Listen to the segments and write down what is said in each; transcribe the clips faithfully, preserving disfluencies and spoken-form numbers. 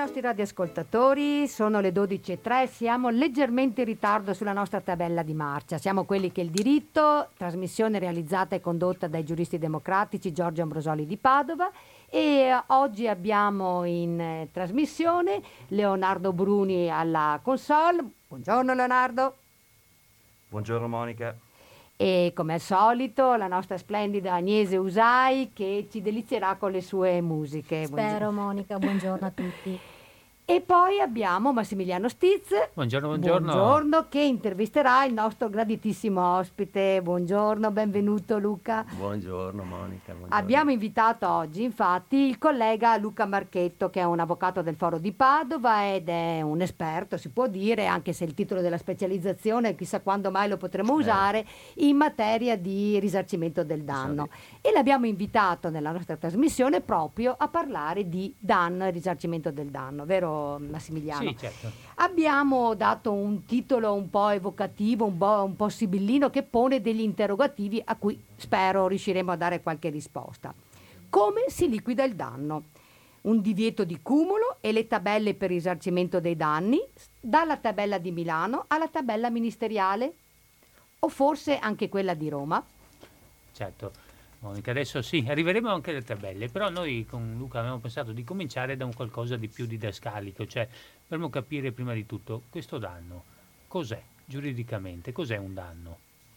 nostri radioascoltatori, sono le dodici e tre, siamo leggermente in ritardo sulla nostra tabella di marcia. Siamo quelli che il diritto, trasmissione realizzata e condotta dai giuristi democratici Giorgio Ambrosoli di Padova, e oggi abbiamo in eh, trasmissione Leonardo Bruni alla console. Buongiorno Leonardo. Buongiorno Monica. E come al solito la nostra splendida Agnese Usai che ci delizierà con le sue musiche. Spero. Buongiorno. Monica, buongiorno a tutti. E poi abbiamo Massimiliano Stiz. Buongiorno, buongiorno. Buongiorno, che intervisterà il nostro graditissimo ospite. Buongiorno, benvenuto Luca. Buongiorno Monica. Buongiorno. Abbiamo invitato oggi infatti il collega Luca Marchetto, che è un avvocato del Foro di Padova ed è un esperto, si può dire, anche se il titolo della specializzazione chissà quando mai lo potremo usare, in materia di risarcimento del danno. E l'abbiamo invitato nella nostra trasmissione proprio a parlare di danno e risarcimento del danno, vero Massimiliano? Sì, certo. Abbiamo dato un titolo un po' evocativo, un po', un po' sibillino, che pone degli interrogativi a cui spero riusciremo a dare qualche risposta. Come si liquida il danno? Un divieto di cumulo e le tabelle per risarcimento dei danni, dalla tabella di Milano alla tabella ministeriale, o forse anche quella di Roma? Certo. Monica, adesso sì, arriveremo anche alle tabelle, però noi con Luca abbiamo pensato di cominciare da un qualcosa di più didascalico, cioè dovremmo capire prima di tutto questo danno, cos'è giuridicamente, cos'è un danno?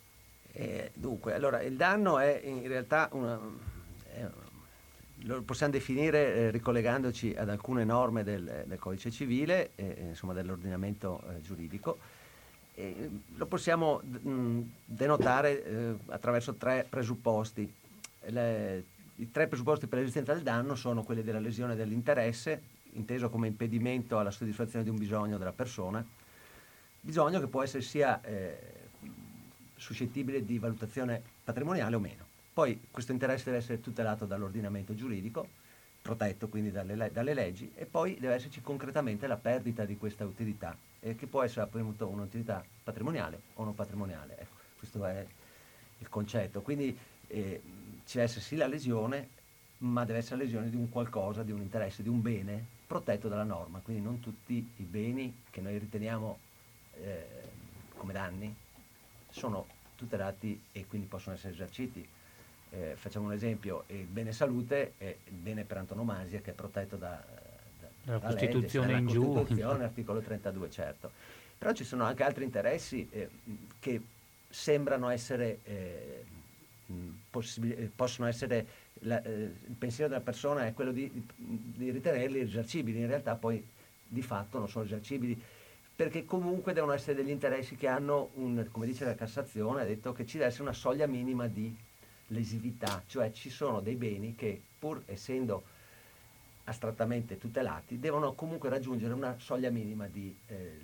Eh, dunque, allora il danno è in realtà una, è, lo possiamo definire eh, ricollegandoci ad alcune norme del, del codice civile, eh, insomma dell'ordinamento eh, giuridico. Eh, lo possiamo mh, denotare eh, attraverso tre presupposti. Le, I tre presupposti per l'esistenza del danno sono quelli della lesione dell'interesse, inteso come impedimento alla soddisfazione di un bisogno della persona, bisogno che può essere sia eh, suscettibile di valutazione patrimoniale o meno. Poi questo interesse deve essere tutelato dall'ordinamento giuridico, protetto quindi dalle, dalle leggi, e poi deve esserci concretamente la perdita di questa utilità, eh, che può essere appunto un'utilità patrimoniale o non patrimoniale. Ecco, questo è il concetto. Quindi eh, ci deve essere sì la lesione, ma deve essere la lesione di un qualcosa, di un interesse, di un bene protetto dalla norma. Quindi non tutti i beni che noi riteniamo eh, come danni sono tutelati e quindi possono essere eserciti. Eh, facciamo un esempio: il bene salute è il bene per antonomasia, che è protetto da, da, la da Costituzione legge, in la giù. Costituzione, articolo trentadue, certo. Però ci sono anche altri interessi eh, che sembrano essere eh, possibili, possono essere la, eh, il pensiero della persona è quello di, di, di ritenerli risarcibili, in realtà poi di fatto non sono risarcibili, perché comunque devono essere degli interessi che hanno un, come dice la Cassazione, ha detto che ci deve essere una soglia minima di lesività, cioè ci sono dei beni che, pur essendo astrattamente tutelati, devono comunque raggiungere una soglia minima di, eh,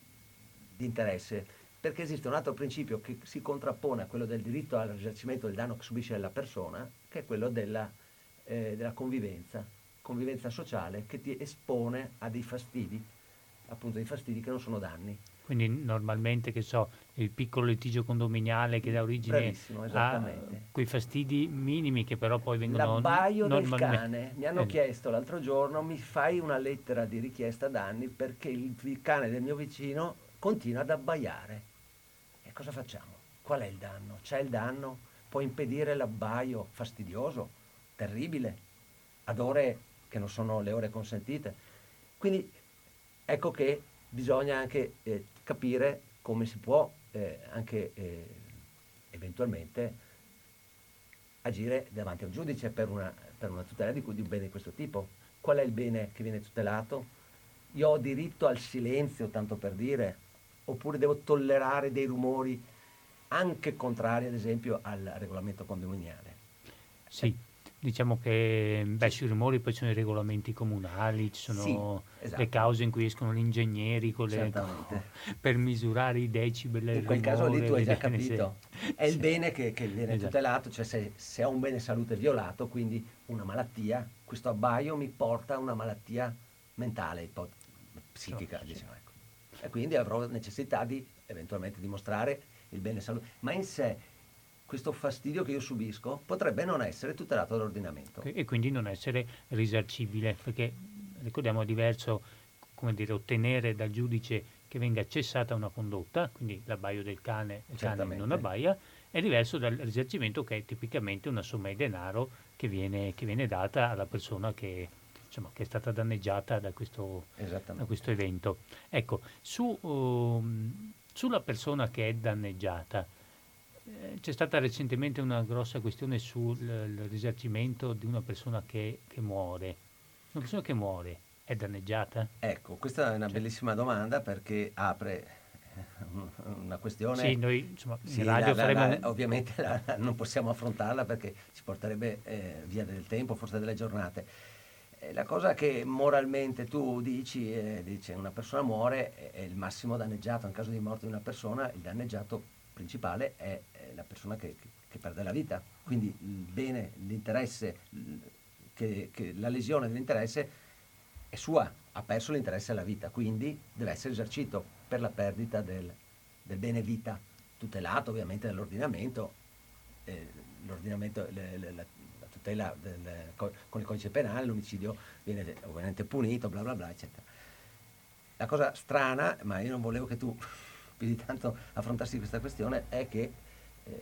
di interesse, perché esiste un altro principio che si contrappone a quello del diritto al risarcimento del danno che subisce la persona, che è quello della, eh, della convivenza, convivenza sociale, che ti espone a dei fastidi, appunto dei fastidi che non sono danni. Quindi normalmente, che so, il piccolo litigio condominiale che dà origine a quei fastidi minimi che però poi vengono l'abbaio normalmente... del cane. Mi hanno eh. chiesto l'altro giorno: mi fai una lettera di richiesta danni perché il, il cane del mio vicino continua ad abbaiare. E cosa facciamo? Qual è il danno? C'è il danno? Può impedire l'abbaio fastidioso, terribile, ad ore che non sono le ore consentite. Quindi ecco che bisogna anche eh, capire come si può eh, anche eh, eventualmente agire davanti a un giudice per una, per una tutela di, di un bene di questo tipo. Qual è il bene che viene tutelato? Io ho diritto al silenzio, tanto per dire, oppure devo tollerare dei rumori anche contrari, ad esempio, al regolamento condominiale? Sì, diciamo che beh, sui rumori poi ci sono i regolamenti comunali, ci sono sì, esatto. le cause in cui escono gli ingegneri con le, con, per misurare i decibel. In quel rumore, caso lì tu hai già bene, capito, sì. è il sì. bene che, che viene esatto. tutelato, cioè se, se ho un bene salute violato, quindi una malattia, questo abbaio mi porta a una malattia mentale, psichica, sì. diciamo, ecco. E quindi avrò necessità di eventualmente dimostrare il bene salute, ma in sé questo fastidio che io subisco potrebbe non essere tutelato dall'ordinamento. E quindi non essere risarcibile, perché ricordiamo è diverso come dire, ottenere dal giudice che venga cessata una condotta, quindi l'abbaio del cane, il cane Certamente. non abbaia, è diverso dal risarcimento che è tipicamente una somma di denaro che viene, che viene data alla persona che, insomma, che è stata danneggiata da questo, da Esattamente. questo evento. Ecco, su, um, sulla persona che è danneggiata, eh, c'è stata recentemente una grossa questione sul il risarcimento di una persona che, che muore. Una persona che muore è danneggiata? Ecco, questa è una Cioè, bellissima domanda perché apre eh, un- una sì, questione. noi insomma in Sì, radio la- la- faremo la- un... ovviamente la- la- non possiamo affrontarla perché ci porterebbe eh, via del tempo, forse delle giornate. Eh, la cosa che moralmente tu dici, eh, dice una persona muore, è, è il massimo danneggiato. In caso di morte di una persona, il danneggiato principale è, è la persona che, che- che perde la vita. Quindi il bene, l'interesse, l- che, che la lesione dell'interesse è sua, ha perso l'interesse alla vita, quindi deve essere risarcito per la perdita del, del bene vita, tutelato ovviamente dall'ordinamento, eh, l'ordinamento, le- le- la, la tutela del- co- con il codice penale, l'omicidio viene ovviamente punito, bla bla bla, eccetera. La cosa strana, ma io non volevo che tu più di tanto affrontassi questa questione, è che eh,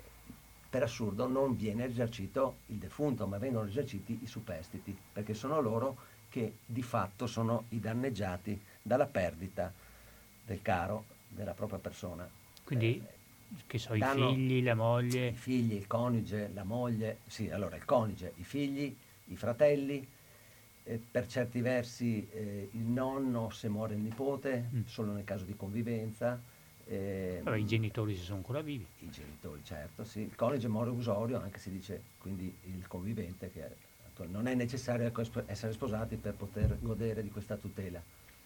per assurdo non viene risarcito il defunto, ma vengono risarciti i superstiti, perché sono loro che di fatto sono i danneggiati dalla perdita del caro della propria persona. Quindi, Eh, che so, i danno figli, la i moglie... figli, il coniuge, la moglie, sì, allora il coniuge, i figli, i fratelli, eh, per certi versi eh, il nonno se muore il nipote, Mm. solo nel caso di convivenza. ehm, Vabbè, i genitori se sono ancora vivi. I genitori, certo, sì. Il coniuge muore usurio, anche si dice, quindi il convivente, che è- non è necessario ecco, esp- essere sposati per poter godere di questa tutela.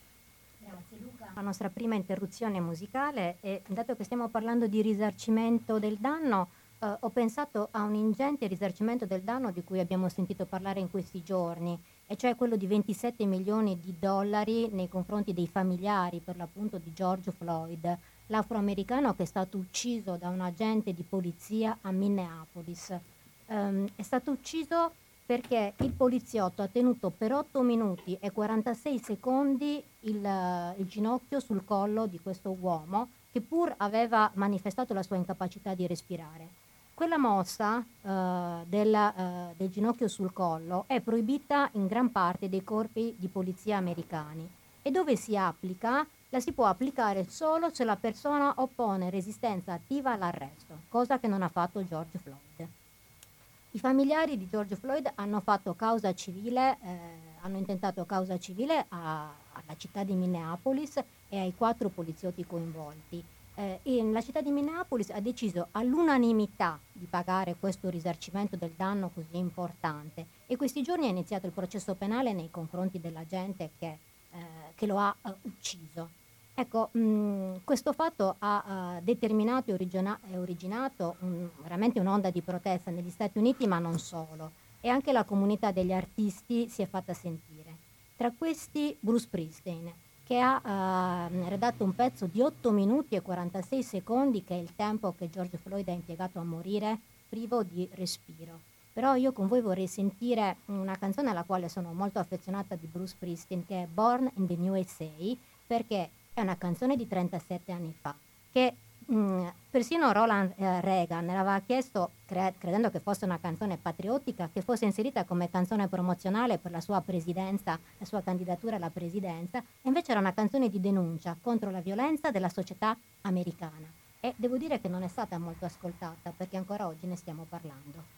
Grazie Luca. La nostra prima interruzione musicale e dato che stiamo parlando di risarcimento del danno, eh, ho pensato a un ingente risarcimento del danno di cui abbiamo sentito parlare in questi giorni, e cioè quello di ventisette milioni di dollari nei confronti dei familiari, per l'appunto, di George Floyd, l'afroamericano che è stato ucciso da un agente di polizia a Minneapolis. Ehm, è stato ucciso perché il poliziotto ha tenuto per otto minuti e quarantasei secondi il, eh, il ginocchio sul collo di questo uomo che pur aveva manifestato la sua incapacità di respirare. Quella mossa eh, della, eh, del ginocchio sul collo è proibita in gran parte dei corpi di polizia americani e dove si applica la si può applicare solo se la persona oppone resistenza attiva all'arresto, cosa che non ha fatto George Floyd. I familiari di George Floyd hanno fatto causa civile, eh, hanno intentato causa civile a- alla città di Minneapolis e ai quattro poliziotti coinvolti. Eh, e la città di Minneapolis ha deciso all'unanimità di pagare questo risarcimento del danno così importante e questi giorni è iniziato il processo penale nei confronti dell'agente che, eh, che lo ha eh, ucciso. Ecco, mh, questo fatto ha eh, determinato e origina- e originato un- veramente un'onda di protesta negli Stati Uniti, ma non solo. E anche la comunità degli artisti si è fatta sentire. Tra questi Bruce Springsteen, che ha eh, redatto un pezzo di otto minuti e quarantasei secondi, che è il tempo che George Floyd ha impiegato a morire privo di respiro. Però io con voi vorrei sentire una canzone alla quale sono molto affezionata di Bruce Springsteen, che è Born in the U S A, perché è una canzone di trentasette anni fa, che mh, persino Ronald eh, Reagan aveva chiesto, cre- credendo che fosse una canzone patriottica, che fosse inserita come canzone promozionale per la sua presidenza, la sua candidatura alla presidenza, e invece era una canzone di denuncia contro la violenza della società americana. E devo dire che non è stata molto ascoltata, perché ancora oggi ne stiamo parlando.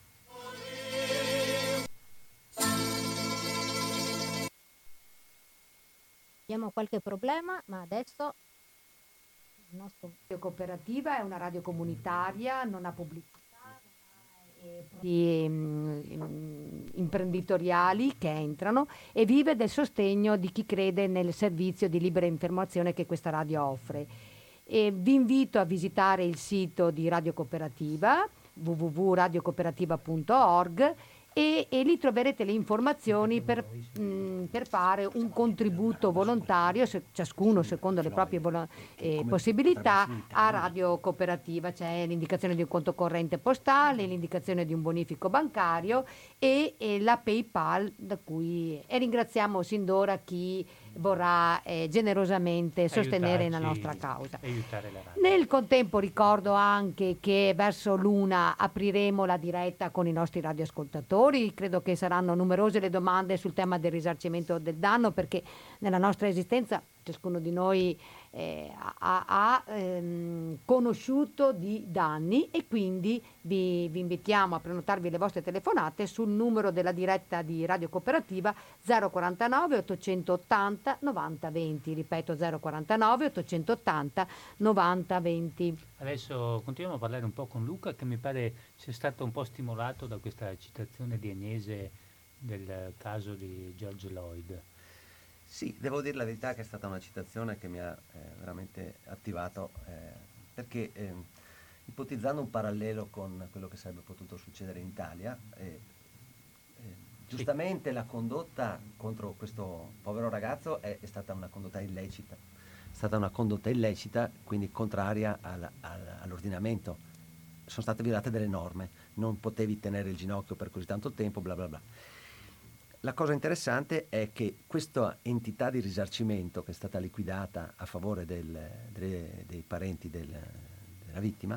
Abbiamo qualche problema, ma adesso il nostro... Radio Cooperativa è una radio comunitaria, non ha pubblicità, non ha eh, di, mm, imprenditoriali che entrano e vive del sostegno di chi crede nel servizio di libera informazione che questa radio offre. E vi invito a visitare il sito di Radio Cooperativa w w w punto radio cooperativa punto org e, e lì troverete le informazioni per, mh, per fare un contributo volontario, se, ciascuno secondo le proprie volo- eh, possibilità, a Radio Cooperativa. C'è l'indicazione di un conto corrente postale, l'indicazione di un bonifico bancario e, e la PayPal, da cui e ringraziamo sin d'ora chi vorrà eh, generosamente sostenere la Aiutarci, nostra causa. aiutare la radio. Nel contempo ricordo anche che verso l'una apriremo la diretta con i nostri radioascoltatori. Credo che saranno numerose le domande sul tema del risarcimento del danno, perché nella nostra esistenza ciascuno di noi eh, ha, ha ehm, conosciuto di danni, e quindi vi, vi invitiamo a prenotarvi le vostre telefonate sul numero della diretta di Radio Cooperativa zero quarantanove ottocentottanta novanta venti, ripeto zero quarantanove ottocentottanta novanta venti. Adesso continuiamo a parlare un po' con Luca, che mi pare sia stato un po' stimolato da questa citazione di Agnese del caso di George Lloyd. Sì, devo dire la verità che è stata una citazione che mi ha eh, veramente attivato, eh, perché eh, ipotizzando un parallelo con quello che sarebbe potuto succedere in Italia, eh, eh, giustamente la condotta contro questo povero ragazzo è, è stata una condotta illecita, è stata una condotta illecita, quindi contraria al, al, all'ordinamento. Sono state violate delle norme, non potevi tenere il ginocchio per così tanto tempo, bla bla bla. La cosa interessante è che questa entità di risarcimento che è stata liquidata a favore del, delle, dei parenti del, della vittima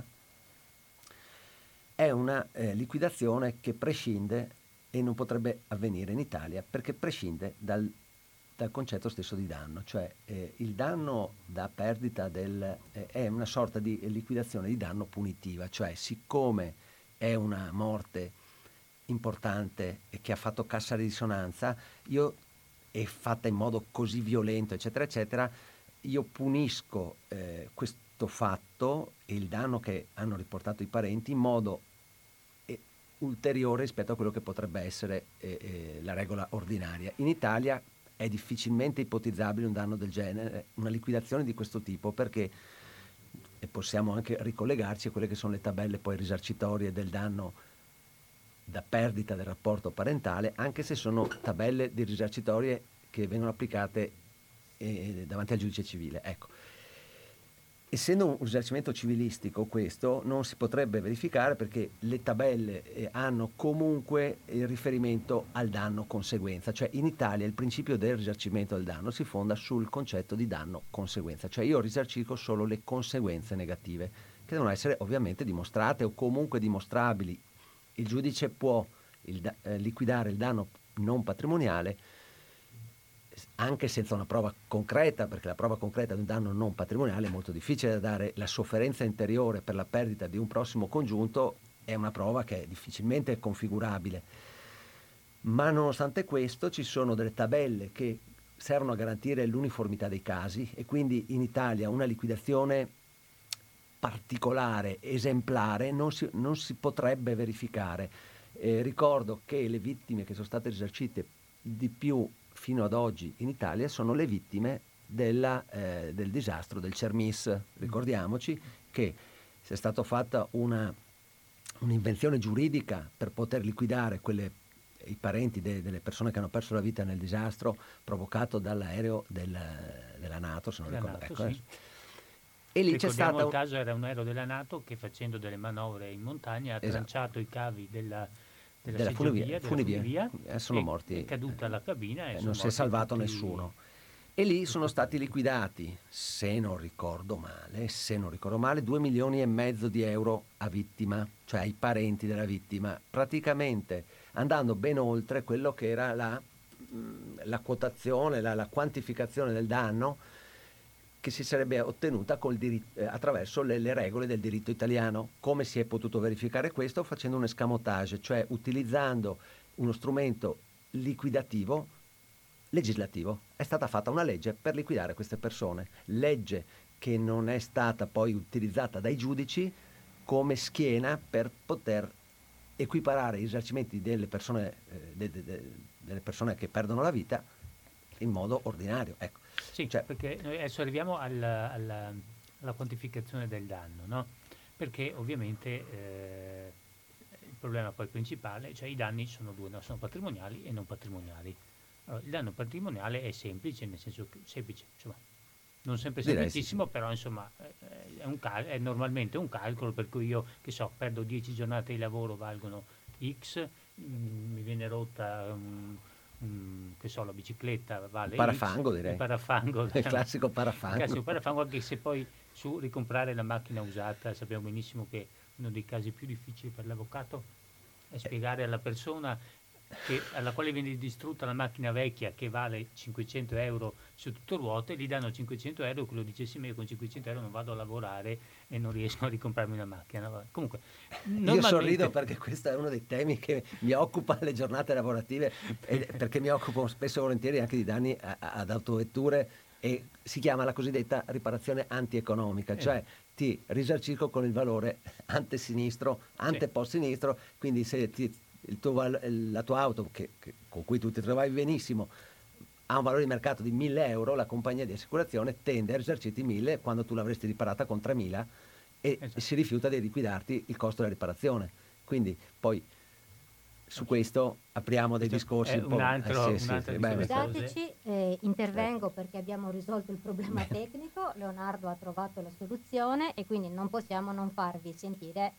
è una eh, liquidazione che prescinde, e non potrebbe avvenire in Italia perché prescinde dal, dal concetto stesso di danno, cioè eh, il danno da perdita del, eh, è una sorta di liquidazione di danno punitiva, cioè siccome è una morte importante e che ha fatto cassa di risonanza, io è fatta in modo così violento, eccetera, eccetera, io punisco eh, questo fatto e il danno che hanno riportato i parenti in modo eh, ulteriore rispetto a quello che potrebbe essere eh, eh, la regola ordinaria. In Italia è difficilmente ipotizzabile un danno del genere, una liquidazione di questo tipo, perché e possiamo anche ricollegarci a quelle che sono le tabelle poi risarcitorie del danno da perdita del rapporto parentale, anche se sono tabelle di risarcitorie che vengono applicate eh, davanti al giudice civile. Ecco. Essendo un risarcimento civilistico questo, non si potrebbe verificare perché le tabelle eh, hanno comunque il riferimento al danno conseguenza, cioè in Italia il principio del risarcimento del danno si fonda sul concetto di danno conseguenza, cioè io risarcisco solo le conseguenze negative, che devono essere ovviamente dimostrate o comunque dimostrabili. Il giudice può il, eh, liquidare il danno non patrimoniale anche senza una prova concreta, perché la prova concreta di un danno non patrimoniale è molto difficile da dare. La sofferenza interiore per la perdita di un prossimo congiunto è una prova che è difficilmente configurabile. Ma nonostante questo ci sono delle tabelle che servono a garantire l'uniformità dei casi, e quindi in Italia una liquidazione particolare, esemplare, non si, non si potrebbe verificare. Eh, ricordo che le vittime che sono state risarcite di più fino ad oggi in Italia sono le vittime della, eh, del disastro del Cermis. Ricordiamoci che se è stata fatta una, un'invenzione giuridica per poter liquidare quelle, i parenti de, delle persone che hanno perso la vita nel disastro provocato dall'aereo del, della NATO, se non La ricordo. NATO, Ecco, sì. E lì c'è Ricordiamo stata il caso era un aereo della NATO che, facendo delle manovre in montagna, ha Esatto. tranciato i cavi della, della, della seggiovia, funivia, della funivia. funivia, Eh, sono e morti. è caduta la cabina e Eh, sono non si è morti salvato tutti- nessuno. E lì sono stati liquidati, se non ricordo male, se non ricordo male, due milioni e mezzo di euro a vittima, cioè ai parenti della vittima, praticamente andando ben oltre quello che era la, mh, la quotazione, la, la quantificazione del danno che si sarebbe ottenuta col diritto, eh, attraverso le, le regole del diritto italiano. Come si è potuto verificare questo? Facendo un escamotage, cioè utilizzando uno strumento liquidativo legislativo. È stata fatta una legge per liquidare queste persone, legge che non è stata poi utilizzata dai giudici come schiena per poter equiparare i risarcimenti delle persone, eh, de, de, de, delle persone che perdono la vita in modo ordinario. Ecco. Sì, Cioè, perché noi adesso arriviamo alla, alla- alla quantificazione del danno, no? Perché ovviamente eh, il problema poi principale, cioè i danni sono due, no? Sono patrimoniali e non patrimoniali. Allora, il danno patrimoniale è semplice, nel senso che semplice, insomma, non sempre Direi semplicissimo, sì, sì. però insomma eh, è, un cal- è normalmente un calcolo per cui io, che so, perdo dieci giornate di lavoro, valgono X, mm, mi viene rotta un- un- che so, la bicicletta vale Parafango, X, direi. il parafango, Il classico parafango. il classico parafango, anche se poi su ricomprare la macchina usata sappiamo benissimo che uno dei casi più difficili per l'avvocato è spiegare alla persona che- alla quale viene distrutta la macchina vecchia che vale cinquecento euro su tutto ruote, gli danno cinquecento euro, quello dice sì, ma io con cinquecento euro non vado a lavorare e non riesco a ricomprarmi una macchina. Vabbè. Comunque, Io normalmente... sorrido perché questo è uno dei temi che mi occupa alle giornate lavorative, e- perché mi occupo spesso e volentieri anche di danni a- a- ad autovetture, e si chiama la cosiddetta riparazione antieconomica, Eh. cioè ti risarcisco con il valore ante sinistro, ante post sinistro, quindi se ti- il tuo val- la tua auto che- che- con cui tu ti trovavi benissimo ha un valore di mercato di mille euro, la compagnia di assicurazione tende a risarcirti mille quando tu l'avresti riparata con tremila, e Esatto. si rifiuta di liquidarti il costo della riparazione. Quindi poi su questo apriamo dei Questo discorsi è un po'. un altro- eh, sì, sì, un'altra sì, beh, beh. discussione. Scusateci, eh, intervengo perché abbiamo risolto il problema tecnico, Leonardo ha trovato la soluzione e quindi non possiamo non farvi sentire.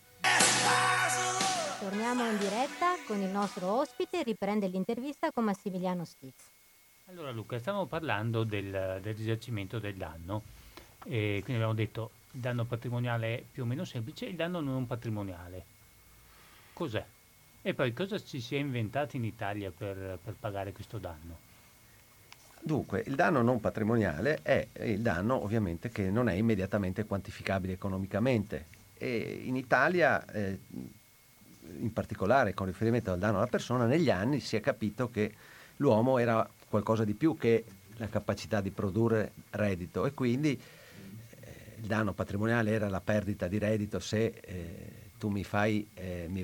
Torniamo in diretta con il nostro ospite, riprende l'intervista con Massimiliano Stiz. Allora Luca, stavamo parlando del, del risarcimento del danno, e quindi abbiamo detto il danno patrimoniale è più o meno semplice, il danno non patrimoniale cos'è? E poi cosa ci si è inventato in Italia per, per pagare questo danno? Dunque, il danno non patrimoniale è il danno ovviamente che non è immediatamente quantificabile economicamente, e in Italia, eh, in particolare con riferimento al danno alla persona, negli anni si è capito che l'uomo era qualcosa di più che la capacità di produrre reddito, e quindi eh, il danno patrimoniale era la perdita di reddito se eh, tu mi fai eh, mi,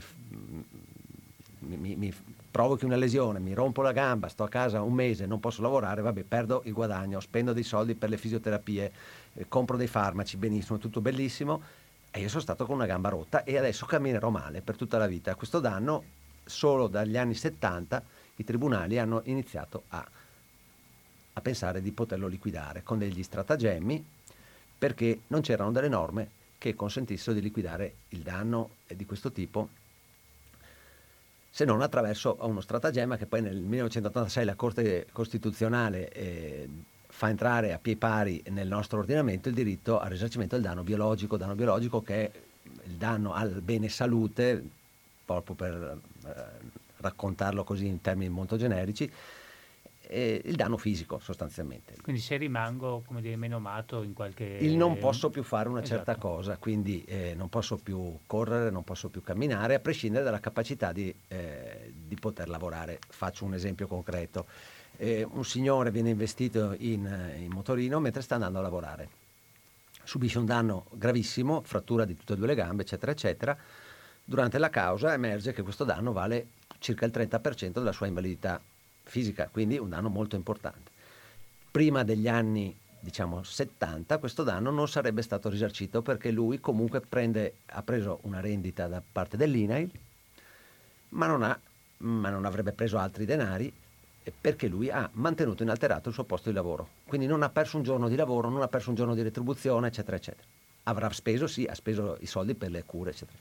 mi, mi, mi provochi una lesione, mi rompo la gamba, sto a casa un mese, non posso lavorare, vabbè, perdo il guadagno, spendo dei soldi per le fisioterapie, eh, compro dei farmaci, benissimo, tutto bellissimo, e io sono stato con una gamba rotta e adesso camminerò male per tutta la vita. Questo danno, solo dagli anni settanta, i tribunali hanno iniziato a, a pensare di poterlo liquidare con degli stratagemmi, perché non c'erano delle norme che consentissero di liquidare il danno di questo tipo, se non attraverso uno stratagemma che poi nel millenovecentottantasei la Corte Costituzionale eh, fa entrare a piè pari nel nostro ordinamento il diritto al risarcimento del danno biologico, danno biologico che è il danno al bene salute, proprio per eh, raccontarlo così in termini molto generici, eh, il danno fisico sostanzialmente. Quindi se rimango, come dire, menomato in qualche... Il non posso più fare una certa Esatto. cosa, quindi eh, non posso più correre, non posso più camminare, a prescindere dalla capacità di, eh, di poter lavorare. Faccio un esempio concreto. Eh, un signore viene investito in, in motorino mentre sta andando a lavorare. Subisce un danno gravissimo, frattura di tutte e due le gambe, eccetera, eccetera. Durante la causa emerge che questo danno vale circa il trenta per cento della sua invalidità fisica, quindi un danno molto importante. Prima degli anni, diciamo, settanta, questo danno non sarebbe stato risarcito perché lui comunque prende, ha preso una rendita da parte dell'I N A I L, ma non, ha, ma non avrebbe preso altri denari, perché lui ha mantenuto inalterato il suo posto di lavoro. Quindi non ha perso un giorno di lavoro, non ha perso un giorno di retribuzione, eccetera, eccetera. Avrà speso, sì, ha speso i soldi per le cure, eccetera.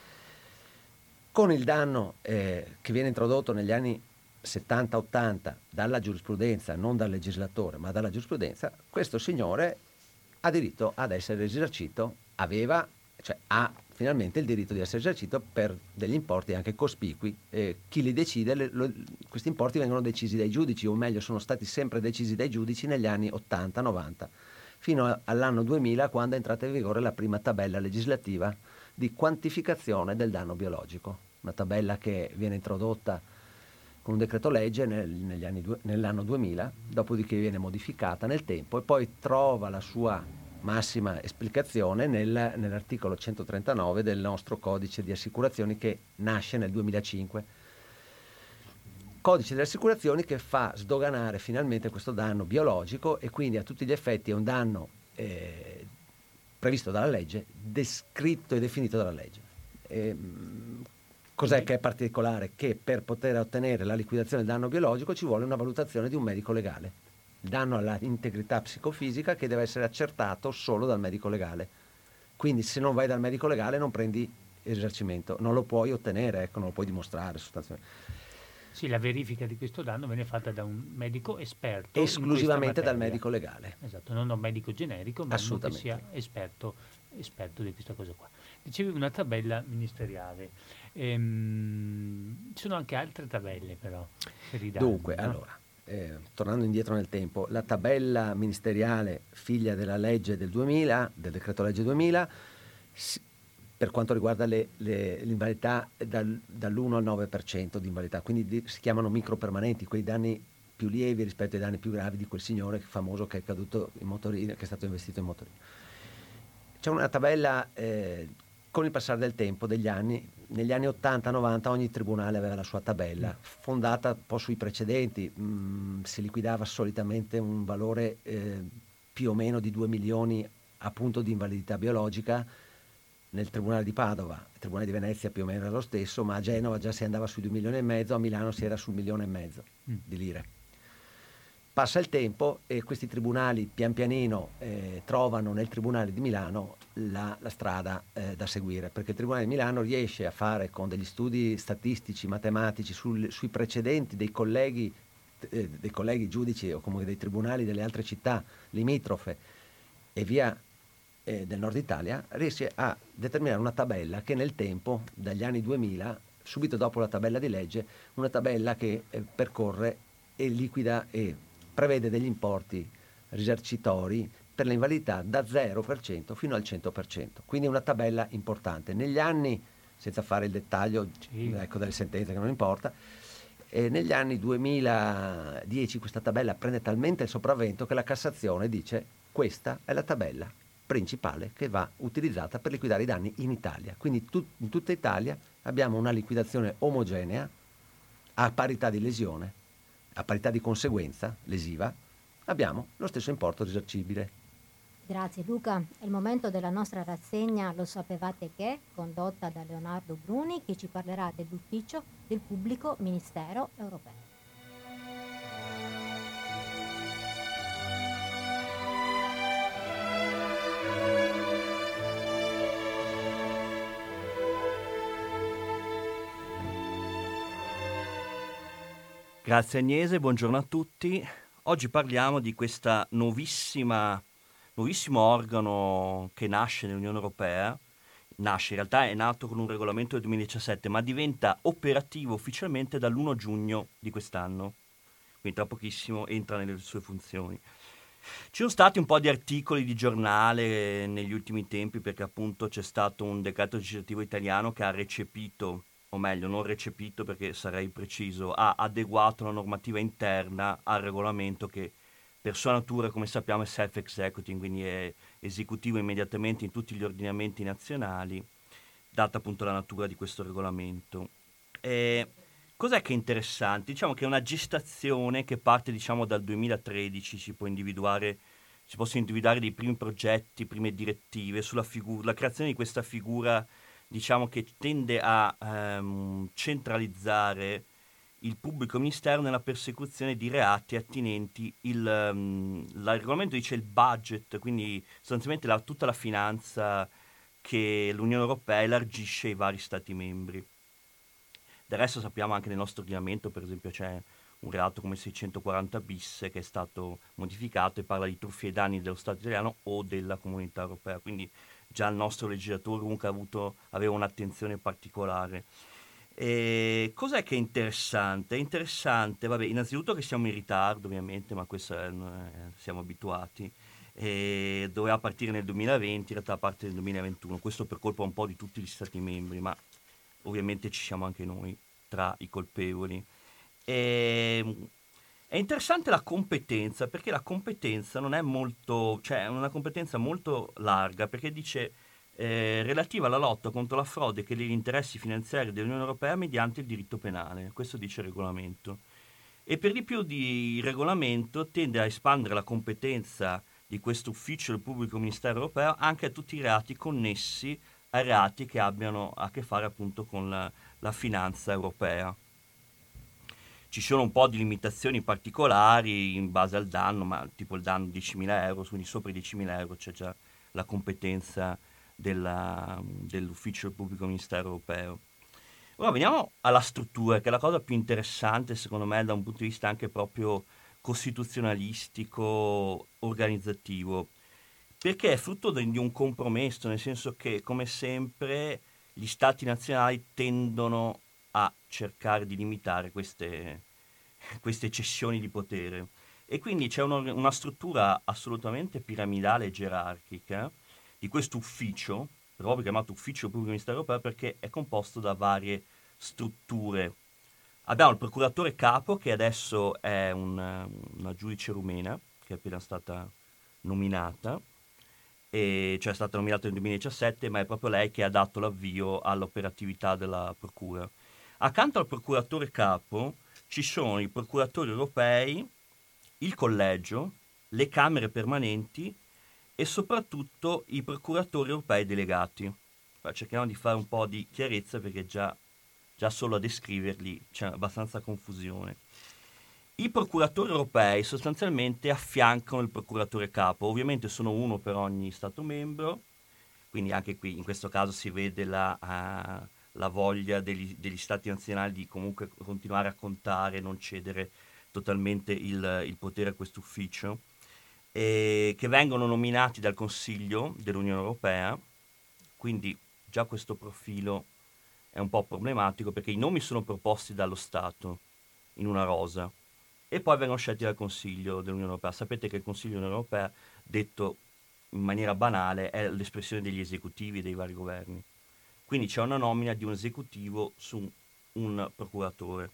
Con il danno eh, che viene introdotto negli anni settanta ottanta dalla giurisprudenza, non dal legislatore, ma dalla giurisprudenza, questo signore ha diritto ad essere risarcito, aveva, cioè ha finalmente il diritto di essere risarcito per degli importi anche cospicui. Eh, chi li decide, le, lo, questi importi vengono decisi dai giudici, o meglio sono stati sempre decisi dai giudici negli anni ottanta novanta, fino a, all'anno duemila, quando è entrata in vigore la prima tabella legislativa di quantificazione del danno biologico, una tabella che viene introdotta con un decreto legge nel, negli anni, nell'anno duemila, dopodiché viene modificata nel tempo e poi trova la sua massima esplicazione nel, nell'articolo centotrentanove del nostro codice di assicurazioni, che nasce nel duemilacinque. Codice delle assicurazioni che fa sdoganare finalmente questo danno biologico, e quindi a tutti gli effetti è un danno eh, previsto dalla legge, descritto e definito dalla legge. E, cos'è che è particolare? Che per poter ottenere la liquidazione del danno biologico ci vuole una valutazione di un medico legale. Il danno alla integrità psicofisica che deve essere accertato solo dal medico legale. Quindi se non vai dal medico legale non prendi il risarcimento, non lo puoi ottenere, ecco, non lo puoi dimostrare sostanzialmente. Sì, la verifica di questo danno viene fatta da un medico esperto in esclusivamente questa dal materia. medico legale. Esatto, non da un medico generico, ma uno che sia esperto, esperto di questa cosa qua. Dicevi una tabella ministeriale. Ehm, ci sono anche altre tabelle però per i danni. Dunque, no? allora, eh, tornando indietro nel tempo, la tabella ministeriale figlia della legge del duemila, del decreto legge duemila, si, per quanto riguarda le, le, l'invalidità dal, dall'uno al nove per cento di invalidità, quindi di, si chiamano micropermanenti, quei danni più lievi rispetto ai danni più gravi di quel signore famoso che è caduto in motorino, che è stato investito in motorino. C'è una tabella, eh, con il passare del tempo, degli anni, negli anni ottanta novanta ogni tribunale aveva la sua tabella, fondata un po' sui precedenti, mh, si liquidava solitamente un valore eh, più o meno di due milioni appunto di invalidità biologica. Nel Tribunale di Padova, il Tribunale di Venezia più o meno era lo stesso, ma a Genova già si andava sui due milioni e mezzo, a Milano si era sul milione e mezzo mm. di lire. Passa il tempo e questi tribunali pian pianino eh, trovano nel Tribunale di Milano la, la strada eh, da seguire, perché il Tribunale di Milano riesce a fare con degli studi statistici, matematici sul, sui precedenti dei colleghi, eh, dei colleghi giudici o comunque dei tribunali delle altre città limitrofe e via Eh, del nord Italia, riesce a determinare una tabella che nel tempo, dagli anni duemila, subito dopo la tabella di legge, una tabella che eh, percorre e liquida e prevede degli importi risarcitori per le invalidità da zero per cento fino al cento per cento. Quindi una tabella importante. Negli anni, senza fare il dettaglio sì. ecco, delle sentenze che non importa, eh, negli anni duemiladieci questa tabella prende talmente il sopravvento che la Cassazione dice questa è la tabella principale che va utilizzata per liquidare i danni in Italia. Quindi tu, in tutta Italia abbiamo una liquidazione omogenea a parità di lesione, a parità di conseguenza lesiva, abbiamo lo stesso importo risarcibile. Grazie Luca, è il momento della nostra rassegna Lo sapevate che, condotta da Leonardo Bruni, che ci parlerà dell'ufficio del pubblico ministero europeo. Grazie Agnese, buongiorno a tutti. Oggi parliamo di questa nuovissima, nuovissimo organo che nasce nell'Unione Europea. Nasce, in realtà è nato con un regolamento del duemiladiciassette, ma diventa operativo ufficialmente dall'primo giugno di quest'anno. Quindi tra pochissimo entra nelle sue funzioni. Ci sono stati un po' di articoli di giornale negli ultimi tempi perché appunto c'è stato un decreto legislativo italiano che ha recepito, o meglio non recepito perché sarei preciso, ha adeguato la normativa interna al regolamento che per sua natura, come sappiamo, è self-executing, quindi è esecutivo immediatamente in tutti gli ordinamenti nazionali, data appunto la natura di questo regolamento. E cos'è che è interessante? Diciamo che è una gestazione che parte diciamo dal duemilatredici, si può individuare, si possono individuare dei primi progetti, prime direttive sulla figura, la creazione di questa figura diciamo che tende a ehm, centralizzare il pubblico ministero nella persecuzione di reati attinenti il, um, il regolamento dice il budget, quindi sostanzialmente la, tutta la finanza che l'Unione Europea elargisce ai vari stati membri. Del resto sappiamo anche nel nostro ordinamento, per esempio c'è un reato come seicentoquaranta bis che è stato modificato e parla di truffe ai danni dello Stato italiano o della Comunità Europea, quindi già il nostro legislatore comunque ha avuto, aveva un'attenzione particolare. E cos'è che è interessante? È interessante, vabbè, innanzitutto che siamo in ritardo ovviamente, ma questo è, siamo abituati, e doveva partire nel duemilaventi, in realtà parte nel duemilaventuno, questo per colpa un po' di tutti gli stati membri, ma ovviamente ci siamo anche noi tra i colpevoli. E è interessante la competenza, perché la competenza non è molto, cioè è una competenza molto larga, perché dice eh, relativa alla lotta contro la frode che gli interessi finanziari dell'Unione Europea mediante il diritto penale, questo dice il regolamento. E per di più di, il regolamento tende a espandere la competenza di questo ufficio del pubblico ministero europeo anche a tutti i reati connessi ai reati che abbiano a che fare appunto con la, la finanza europea. Ci sono un po' di limitazioni particolari in base al danno, ma tipo il danno diecimila euro, quindi sopra i diecimila euro c'è già la competenza della, dell'ufficio del pubblico ministero europeo. Ora veniamo alla struttura, che è la cosa più interessante secondo me da un punto di vista anche proprio costituzionalistico, organizzativo, perché è frutto di di un compromesso, nel senso che, come sempre, gli stati nazionali tendono a cercare di limitare queste, queste cessioni di potere. E quindi c'è uno- una struttura assolutamente piramidale e gerarchica di questo ufficio, proprio chiamato Ufficio Pubblico Ministero Europeo, perché è composto da varie strutture. Abbiamo il procuratore capo, che adesso è un- una giudice rumena, che è appena stata nominata, e cioè è stata nominata nel duemiladiciassette, ma è proprio lei che ha dato l'avvio all'operatività della procura. Accanto al procuratore capo ci sono i procuratori europei, il collegio, le camere permanenti e soprattutto i procuratori europei delegati. Poi cerchiamo di fare un po' di chiarezza perché già, già solo a descriverli c'è abbastanza confusione. I procuratori europei sostanzialmente affiancano il procuratore capo, ovviamente sono uno per ogni Stato membro, quindi anche qui in questo caso si vede la, uh, la voglia degli, degli Stati nazionali di comunque continuare a contare, non cedere totalmente il, il potere a questo ufficio, eh, che vengono nominati dal Consiglio dell'Unione Europea, quindi già questo profilo è un po' problematico perché i nomi sono proposti dallo Stato in una rosa e poi vengono scelti dal Consiglio dell'Unione Europea. Sapete che il Consiglio dell'Unione Europea, detto in maniera banale, è l'espressione degli esecutivi dei vari governi. Quindi c'è una nomina di un esecutivo su un procuratore.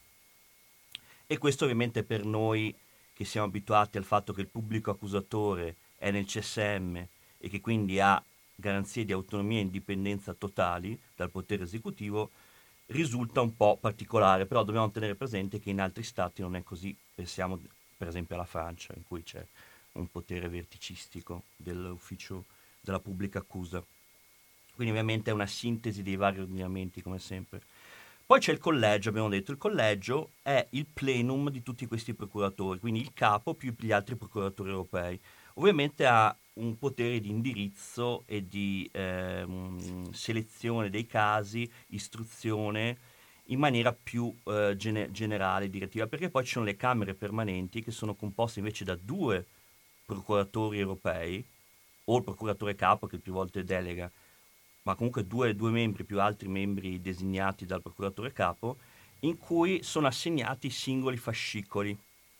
E questo ovviamente per noi che siamo abituati al fatto che il pubblico accusatore è nel C S M e che quindi ha garanzie di autonomia e indipendenza totali dal potere esecutivo, risulta un po' particolare, però dobbiamo tenere presente che in altri stati non è così. Pensiamo per esempio alla Francia, in cui c'è un potere verticistico dell'ufficio della pubblica accusa. Quindi ovviamente è una sintesi dei vari ordinamenti, come sempre. Poi c'è il collegio, abbiamo detto, il collegio è il plenum di tutti questi procuratori, quindi il capo più gli altri procuratori europei. Ovviamente ha un potere di indirizzo e di ehm, selezione dei casi, istruzione, in maniera più eh, gene- generale, direttiva, perché poi ci sono le camere permanenti che sono composte invece da due procuratori europei, o il procuratore capo che più volte delega, ma comunque due, due membri più altri membri designati dal procuratore capo, in cui sono assegnati i singoli fascicoli.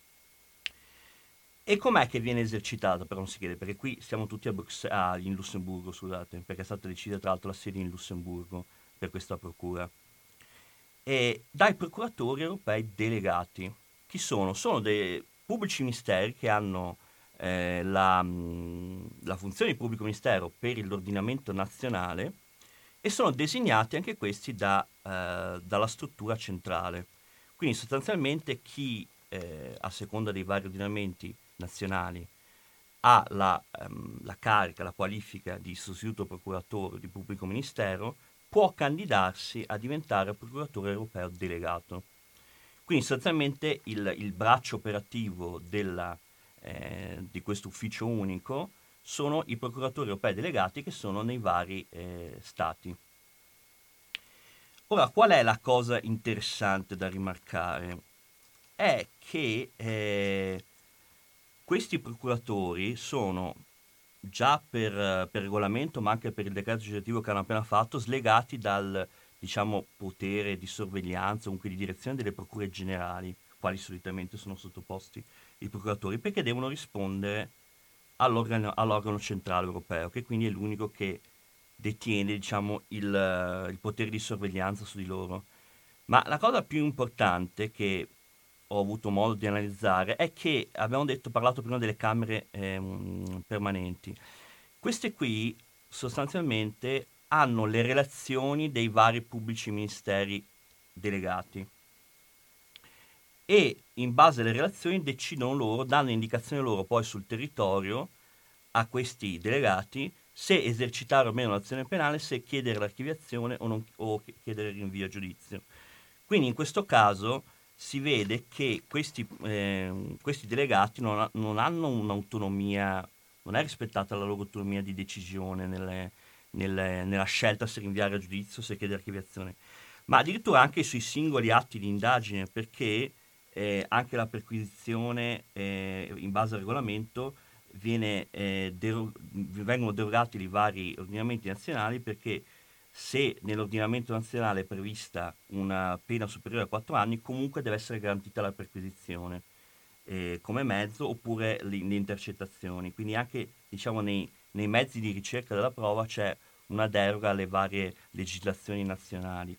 E com'è che viene esercitato, però non si chiede, perché qui siamo tutti a Bruxelles, ah, in Lussemburgo, scusate, perché è stata decisa tra l'altro la sede in Lussemburgo per questa procura. E dai procuratori europei delegati. Chi sono? Sono dei pubblici ministeri che hanno eh, la, mh, la funzione di pubblico ministero per l'ordinamento nazionale e sono designati anche questi da, eh, dalla struttura centrale. Quindi sostanzialmente chi, eh, a seconda dei vari ordinamenti nazionali, ha la, ehm, la carica, la qualifica di sostituto procuratore o di pubblico ministero, può candidarsi a diventare procuratore europeo delegato. Quindi sostanzialmente il, il braccio operativo della, eh, di questo ufficio unico sono i procuratori europei delegati che sono nei vari eh, stati. Ora, qual è la cosa interessante da rimarcare? È che eh, questi procuratori sono già per, per regolamento, ma anche per il decreto legislativo che hanno appena fatto, slegati dal, diciamo, potere di sorveglianza, comunque di direzione delle procure generali, quali solitamente sono sottoposti i procuratori, perché devono rispondere all'organo, all'organo centrale europeo, che quindi è l'unico che detiene, diciamo, il, il potere di sorveglianza su di loro. Ma la cosa più importante che ho avuto modo di analizzare è che abbiamo detto, parlato prima delle camere ehm, permanenti. Queste qui sostanzialmente hanno le relazioni dei vari pubblici ministeri delegati e in base alle relazioni decidono loro, danno indicazioni loro poi sul territorio a questi delegati se esercitare o meno l'azione penale, se chiedere l'archiviazione o, non, o chiedere il rinvio a giudizio. Quindi in questo caso si vede che questi, eh, questi delegati non, ha, non hanno un'autonomia, non è rispettata la loro autonomia di decisione nelle, nelle, nella scelta se rinviare a giudizio o se chiedere archiviazione, ma addirittura anche sui singoli atti di indagine, perché eh, anche la perquisizione eh, in base al regolamento viene, eh, dero- vengono derogati i vari ordinamenti nazionali, perché se nell'ordinamento nazionale è prevista una pena superiore a quattro anni, comunque deve essere garantita la perquisizione eh, come mezzo, oppure le, le intercettazioni. Quindi anche, diciamo, nei, nei mezzi di ricerca della prova c'è una deroga alle varie legislazioni nazionali.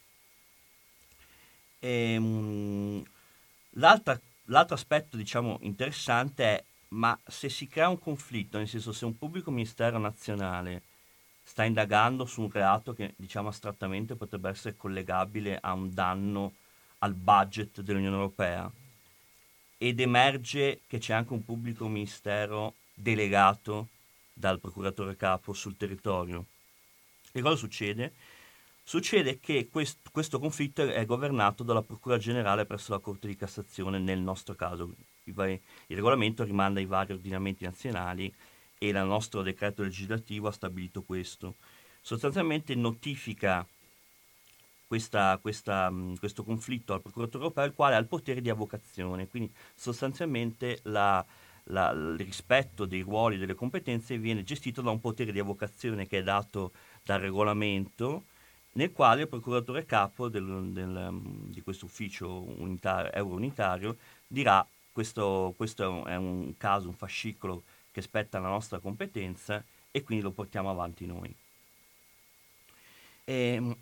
E, mh, l'altra- l'altro aspetto, diciamo, interessante è: ma se si crea un conflitto, nel senso, se un pubblico ministero nazionale sta indagando su un reato che, diciamo, astrattamente potrebbe essere collegabile a un danno al budget dell'Unione Europea, ed emerge che c'è anche un pubblico ministero delegato dal procuratore capo sul territorio, che cosa succede? Succede che quest- questo conflitto è governato dalla Procura Generale presso la Corte di Cassazione, nel nostro caso. I vari- il regolamento rimanda ai vari ordinamenti nazionali e il nostro decreto legislativo ha stabilito questo. Sostanzialmente notifica questa- questa, mh, questo conflitto al procuratore europeo, il quale ha il potere di avocazione, quindi sostanzialmente la- la- il rispetto dei ruoli e delle competenze viene gestito da un potere di avocazione che è dato dal regolamento, nel quale il procuratore capo del- del, um, di questo ufficio unitario, euro-unitario dirà: questo, questo è un, è un caso, un fascicolo che spetta alla nostra competenza e quindi lo portiamo avanti noi. E,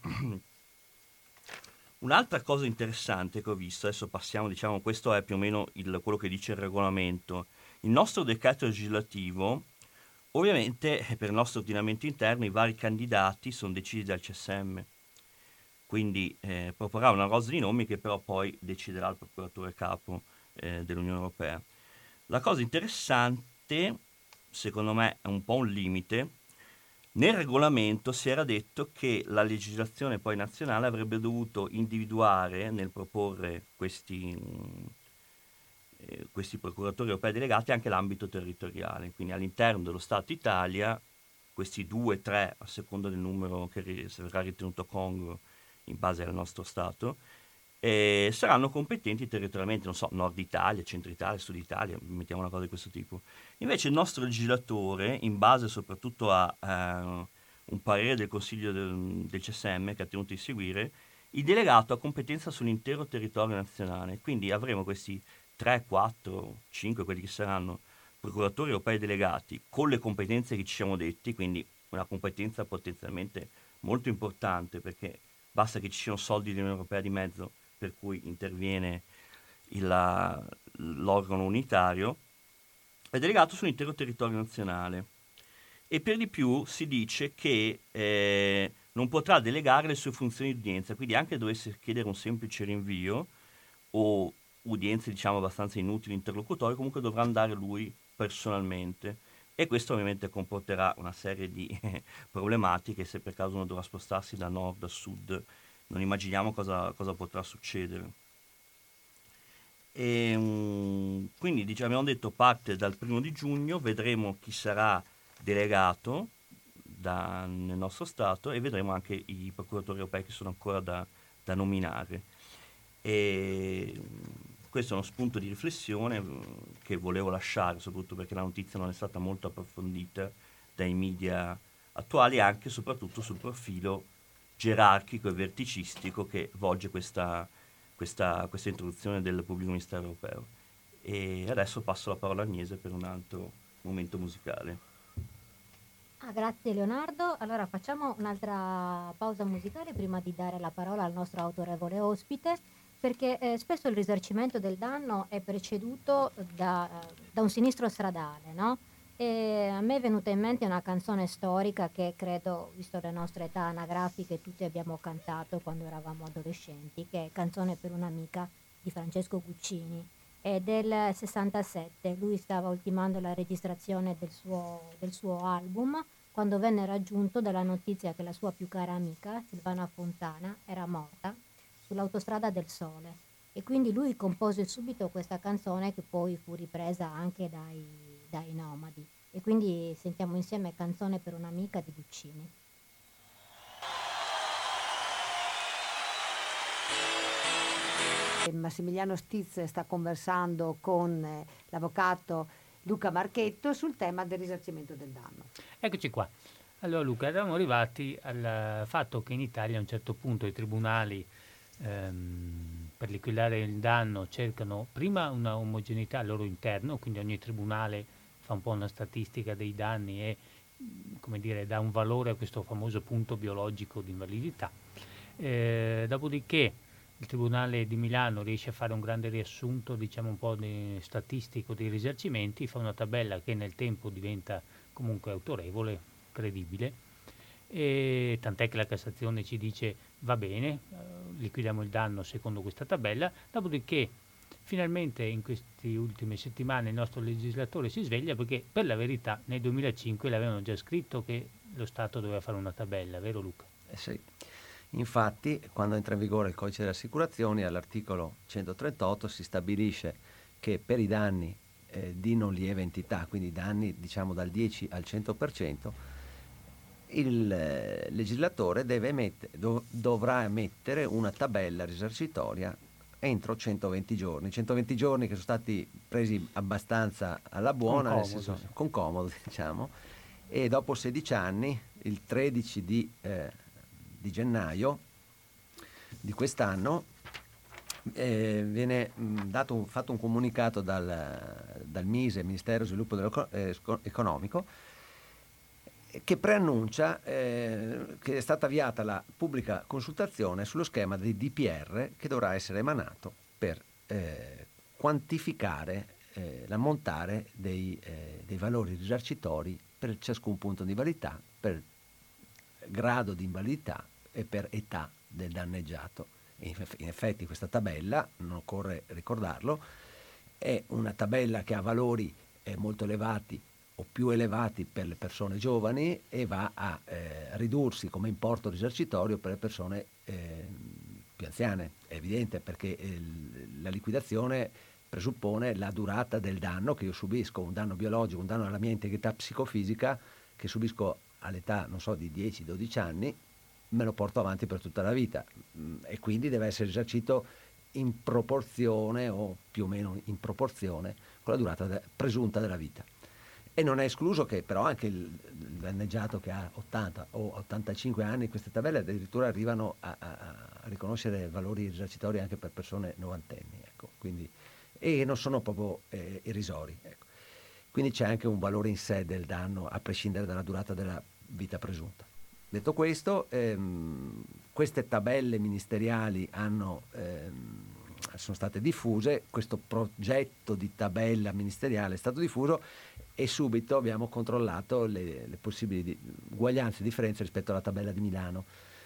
un'altra cosa interessante che ho visto, adesso passiamo, diciamo, questo è più o meno il- quello che dice il regolamento. Il nostro decreto legislativo, ovviamente, eh, per il nostro ordinamento interno, i vari candidati sono decisi dal C S M, quindi eh, proporrà una rosa di nomi che però poi deciderà il procuratore capo eh, dell'Unione Europea. La cosa interessante, secondo me è un po' un limite: nel regolamento si era detto che la legislazione poi nazionale avrebbe dovuto individuare, nel proporre questi, mh, eh, questi procuratori europei delegati, anche l'ambito territoriale. Quindi all'interno dello Stato Italia, questi due, tre, a seconda del numero che ri- sarà ritenuto congruo in base al nostro Stato, eh, saranno competenti territorialmente, non so, Nord Italia, Centro Italia, Sud Italia, mettiamo una cosa di questo tipo. Invece il nostro legislatore, in base soprattutto a eh, un parere del Consiglio del, del C S M che ha tenuto di seguire, il delegato ha competenza sull'intero territorio nazionale, quindi avremo questi tre, quattro, cinque, quelli che saranno procuratori europei delegati, con le competenze che ci siamo detti, quindi una competenza potenzialmente molto importante, perché basta che ci siano soldi dell'Unione Europea di mezzo per cui interviene il, la- l'organo unitario, è delegato sull'intero territorio nazionale. E per di più si dice che eh, non potrà delegare le sue funzioni di udienza, quindi anche dovesse chiedere un semplice rinvio o udienze, diciamo, abbastanza inutili, interlocutori, comunque dovrà andare lui personalmente. E questo ovviamente comporterà una serie di problematiche se per caso uno dovrà spostarsi da nord a sud. Non immaginiamo cosa, cosa potrà succedere. E, mm, quindi, diciamo, abbiamo detto, parte dal primo di giugno, vedremo chi sarà delegato da- nel nostro Stato e vedremo anche i procuratori europei che sono ancora da, da nominare. E mm, questo è uno spunto di riflessione mm, che volevo lasciare, soprattutto perché la notizia non è stata molto approfondita dai media attuali, anche e soprattutto sul profilo gerarchico e verticistico che volge questa, questa, questa introduzione del pubblico ministero europeo. E adesso passo la parola a Agnese per un altro momento musicale. Ah, grazie Leonardo. Allora facciamo un'altra pausa musicale prima di dare la parola al nostro autorevole ospite, perché eh, spesso il risarcimento del danno è preceduto da, da un sinistro stradale, no? E a me è venuta in mente una canzone storica che credo, visto le nostre età anagrafiche, tutti abbiamo cantato quando eravamo adolescenti, che è Canzone per un'amica di Francesco Guccini. È del sessantasette, lui stava ultimando la registrazione del suo, del suo album quando venne raggiunto dalla notizia che la sua più cara amica, Silvana Fontana, era morta sull'autostrada del Sole. E quindi lui compose subito questa canzone che poi fu ripresa anche dai, dai Nomadi. E quindi sentiamo insieme Canzone per un'amica di Guccini. Massimiliano Stiz sta conversando con eh, l'avvocato Luca Marchetto sul tema del risarcimento del danno. Eccoci qua. Allora Luca, eravamo arrivati al fatto che in Italia a un certo punto i tribunali ehm, per liquidare il danno cercano prima una omogeneità al loro interno, quindi ogni tribunale fa un po' una statistica dei danni e come dire, dà un valore a questo famoso punto biologico di invalidità. Eh, dopodiché il Tribunale di Milano riesce a fare un grande riassunto, diciamo un po' di statistico dei risarcimenti, fa una tabella che nel tempo diventa comunque autorevole, credibile, e tant'è che la Cassazione ci dice va bene, eh, liquidiamo il danno secondo questa tabella. Dopodiché finalmente in queste ultime settimane il nostro legislatore si sveglia, perché per la verità nel duemilacinque l'avevano già scritto che lo Stato doveva fare una tabella, vero Luca? Eh sì. Infatti, quando entra in vigore il codice delle assicurazioni, all'articolo centotrentotto si stabilisce che per i danni eh, di non lieve entità, quindi danni diciamo dal dieci al cento per cento, il eh, legislatore deve mette, dov- dovrà emettere una tabella risarcitoria entro centoventi giorni. centoventi giorni che sono stati presi abbastanza alla buona, Con nel comodo, senso, sì. con comodo, diciamo, e dopo sedici anni, il tredici di, eh, di gennaio di quest'anno, eh, viene mh, dato un, fatto un comunicato dal, dal MISE, Ministero dello Sviluppo dell'Eco- eh, Sco- Economico, che preannuncia eh, che è stata avviata la pubblica consultazione sullo schema dei D P R che dovrà essere emanato per eh, quantificare eh, l'ammontare dei, eh, dei valori risarcitori per ciascun punto di invalidità, per grado di invalidità e per età del danneggiato. E in effetti questa tabella, non occorre ricordarlo, è una tabella che ha valori eh, molto elevati o più elevati per le persone giovani e va a eh, ridursi come importo risarcitorio per le persone eh, più anziane. È evidente, perché eh, la liquidazione presuppone la durata del danno che io subisco, un danno biologico, un danno alla mia integrità psicofisica che subisco all'età, non so, di dieci dodici anni, me lo porto avanti per tutta la vita e quindi deve essere risarcito in proporzione o più o meno in proporzione con la durata de- presunta della vita. E non è escluso che però anche il, il danneggiato che ha ottanta o ottantacinque anni, queste tabelle addirittura arrivano a, a, a riconoscere valori risarcitori anche per persone novantenni, ecco, quindi, e non sono proprio eh, irrisori. Ecco. Quindi c'è anche un valore in sé del danno, a prescindere dalla durata della vita presunta. Detto questo, ehm, queste tabelle ministeriali hanno, ehm, sono state diffuse, questo progetto di tabella ministeriale è stato diffuso e subito abbiamo controllato le, le possibili di, uguaglianze e differenze rispetto alla tabella di Milano.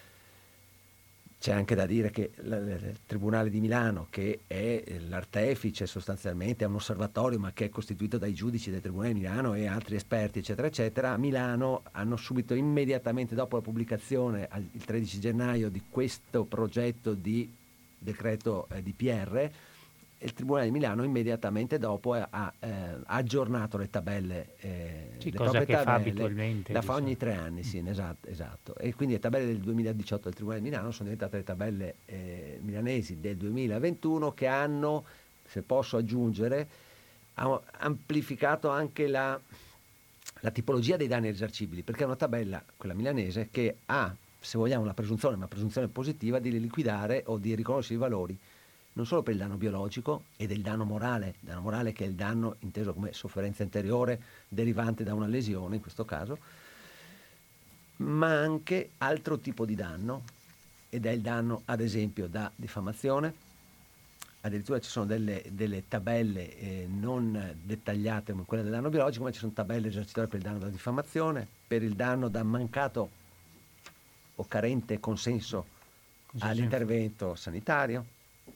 C'è anche da dire che l- l- il Tribunale di Milano, che è l'artefice sostanzialmente, è un osservatorio ma che è costituito dai giudici del Tribunale di Milano e altri esperti eccetera eccetera, a Milano hanno subito immediatamente dopo la pubblicazione al- il tredici gennaio di questo progetto di decreto eh, D P R, il Tribunale di Milano immediatamente dopo ha, ha eh, aggiornato le tabelle, eh, Sì, le cosa proprie che fa tabelle, abitualmente, la fa diciamo. ogni tre anni, sì, esatto, esatto. E quindi le tabelle del duemiladiciotto del Tribunale di Milano sono diventate le tabelle eh, milanesi del duemilaventuno, che hanno, se posso aggiungere, ha amplificato anche la, la tipologia dei danni risarcibili, perché è una tabella, quella milanese, che ha, se vogliamo, la presunzione, una presunzione positiva di liquidare o di riconoscere i valori non solo per il danno biologico e del danno morale, danno morale che è il danno inteso come sofferenza interiore derivante da una lesione in questo caso, ma anche altro tipo di danno, ed è il danno ad esempio da diffamazione. Addirittura ci sono delle, delle tabelle eh, non dettagliate come quella del danno biologico, ma ci sono tabelle risarcitorie per il danno da diffamazione, per il danno da mancato o carente consenso all'intervento sanitario,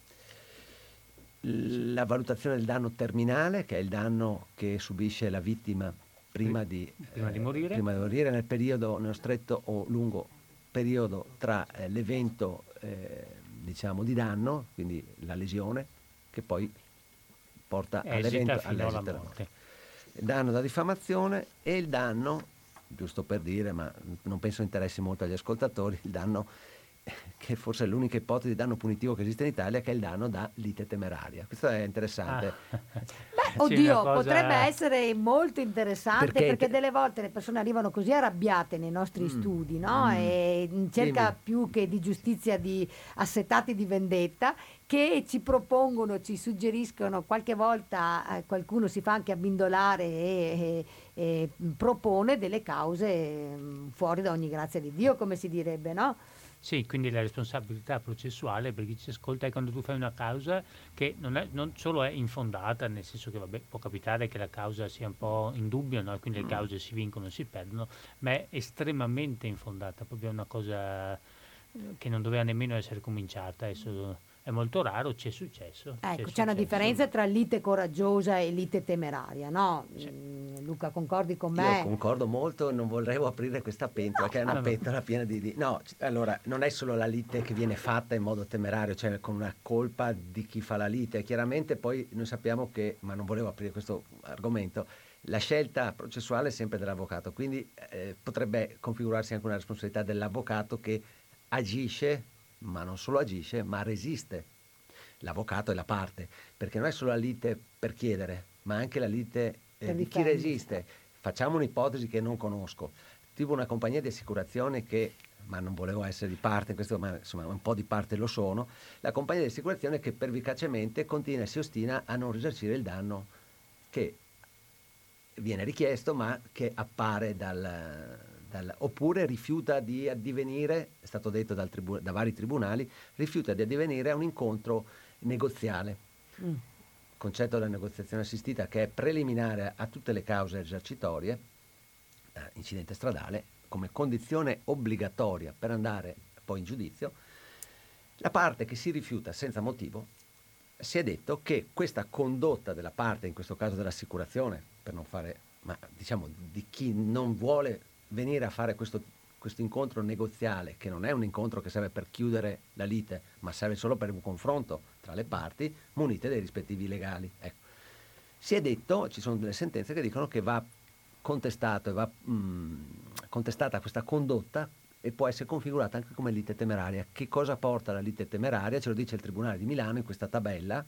la valutazione del danno terminale, che è il danno che subisce la vittima prima di, prima di eh, morire. prima di morire nel periodo, nello stretto o lungo periodo tra eh, l'evento eh, diciamo di danno, quindi la lesione, che poi porta Esita all'evento, fino all'esito alla della morte. morte. Il danno da diffamazione e il danno, giusto per dire, ma non penso interessi molto agli ascoltatori, il danno che forse è l'unica ipotesi di danno punitivo che esiste in Italia, che è il danno da lite temeraria. Questo è interessante. Ah. Beh, oddio, cosa... potrebbe essere molto interessante perché... perché delle volte le persone arrivano così arrabbiate nei nostri mm. studi, no? Mm. E in cerca Dimmi. più che di giustizia, di assetati di vendetta, che ci propongono, ci suggeriscono, qualche volta eh, qualcuno si fa anche abbindolare e, e, e propone delle cause eh, fuori da ogni grazia di Dio, come si direbbe, no? Sì, quindi la responsabilità processuale per chi ci ascolta è quando tu fai una causa che non, è, non solo è infondata, nel senso che vabbè, può capitare che la causa sia un po' in dubbio, no? Quindi le cause si vincono, si perdono, ma è estremamente infondata, proprio una cosa che non doveva nemmeno essere cominciata. Adesso è molto raro, ci è successo. Ecco, c'è, c'è una differenza tra lite coraggiosa e lite temeraria, no? Sì. Mm, Luca, concordi con me? Io concordo molto, non vorrei aprire questa pentola, che è una no, pentola piena di, di... No, allora, non è solo la lite che viene fatta in modo temerario, cioè con una colpa di chi fa la lite. Chiaramente poi noi sappiamo che, ma non volevo aprire questo argomento, la scelta processuale è sempre dell'avvocato, quindi eh, potrebbe configurarsi anche una responsabilità dell'avvocato che agisce, ma non solo agisce, ma resiste. L'avvocato è la parte, perché non è solo la lite per chiedere, ma anche la lite eh, di chi resiste. Facciamo un'ipotesi che non conosco, tipo una compagnia di assicurazione che, ma non volevo essere di parte in questo, ma insomma un po' di parte lo sono, la compagnia di assicurazione che pervicacemente continua e si ostina a non risarcire il danno che viene richiesto, ma che appare dal... Dal, oppure rifiuta di addivenire, è stato detto dal tribu, da vari tribunali, rifiuta di addivenire a un incontro negoziale. Mm. Concetto della negoziazione assistita che è preliminare a tutte le cause risarcitorie, eh, incidente stradale, come condizione obbligatoria per andare poi in giudizio. La parte che si rifiuta senza motivo, si è detto che questa condotta della parte, in questo caso dell'assicurazione, per non fare, ma diciamo di chi non vuole venire a fare questo, questo incontro negoziale, che non è un incontro che serve per chiudere la lite, ma serve solo per un confronto tra le parti, munite dei rispettivi legali. Ecco. Si è detto, ci sono delle sentenze che dicono che va contestato e va mh, contestata questa condotta e può essere configurata anche come lite temeraria. Che cosa porta la lite temeraria? Ce lo dice il Tribunale di Milano in questa tabella,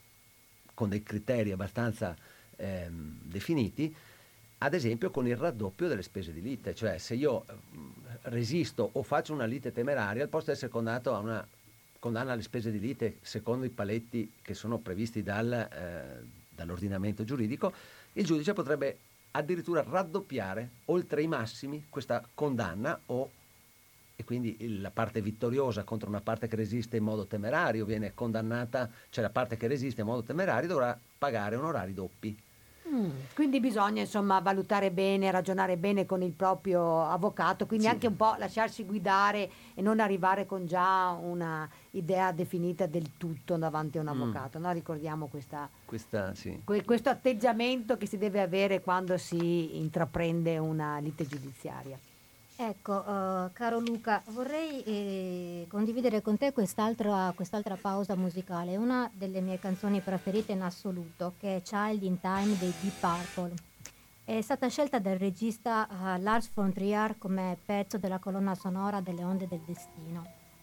con dei criteri abbastanza ehm, definiti, ad esempio con il raddoppio delle spese di lite, cioè se io resisto o faccio una lite temeraria, al posto di essere condannato a una condanna alle spese di lite secondo i paletti che sono previsti dal, eh, dall'ordinamento giuridico, il giudice potrebbe addirittura raddoppiare oltre i massimi questa condanna, o e quindi il, la parte vittoriosa contro una parte che resiste in modo temerario viene condannata, cioè la parte che resiste in modo temerario dovrà pagare onorari doppi. Mm, quindi bisogna insomma valutare bene, ragionare bene con il proprio avvocato, quindi sì, anche un po' lasciarsi guidare e non arrivare con già una idea definita del tutto davanti a un avvocato, mm. no? Ricordiamo questa, questa, sì. que, questo atteggiamento che si deve avere quando si intraprende una lite giudiziaria. Ecco, uh, caro Luca, vorrei eh, condividere con te quest'altra, quest'altra pausa musicale, una delle mie canzoni preferite in assoluto, che è Child in Time dei Deep Purple. È stata scelta dal regista uh, Lars von Trier come pezzo della colonna sonora delle Onde del Destino.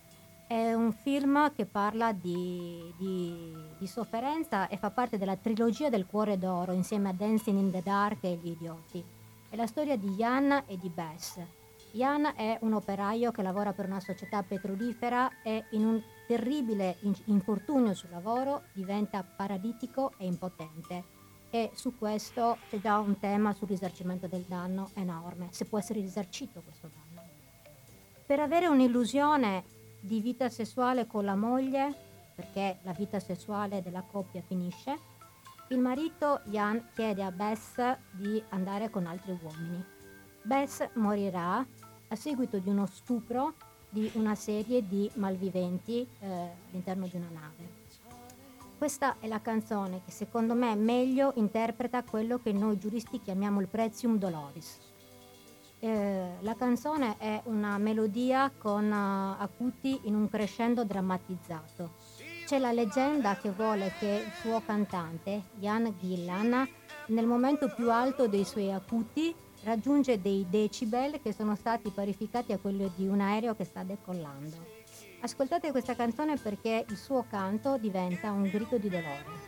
È un film che parla di, di, di sofferenza e fa parte della trilogia del Cuore d'Oro insieme a Dancing in the Dark e Gli Idioti. È la storia di Jan e di Bess. Jan è un operaio che lavora per una società petrolifera e in un terribile infortunio sul lavoro diventa paralitico e impotente. E su questo c'è già un tema sul risarcimento del danno enorme, se può essere risarcito questo danno. Per avere un'illusione di vita sessuale con la moglie, perché la vita sessuale della coppia finisce, il marito Jan chiede a Bess di andare con altri uomini. Bess morirà a seguito di uno stupro di una serie di malviventi eh, all'interno di una nave. Questa è la canzone che secondo me meglio interpreta quello che noi giuristi chiamiamo il Pretium Doloris. Eh, la canzone è una melodia con uh, acuti in un crescendo drammatizzato. C'è la leggenda che vuole che il suo cantante, Jan Gillan, nel momento più alto dei suoi acuti raggiunge dei decibel che sono stati parificati a quelli di un aereo che sta decollando. Ascoltate questa canzone perché il suo canto diventa un grido di dolore.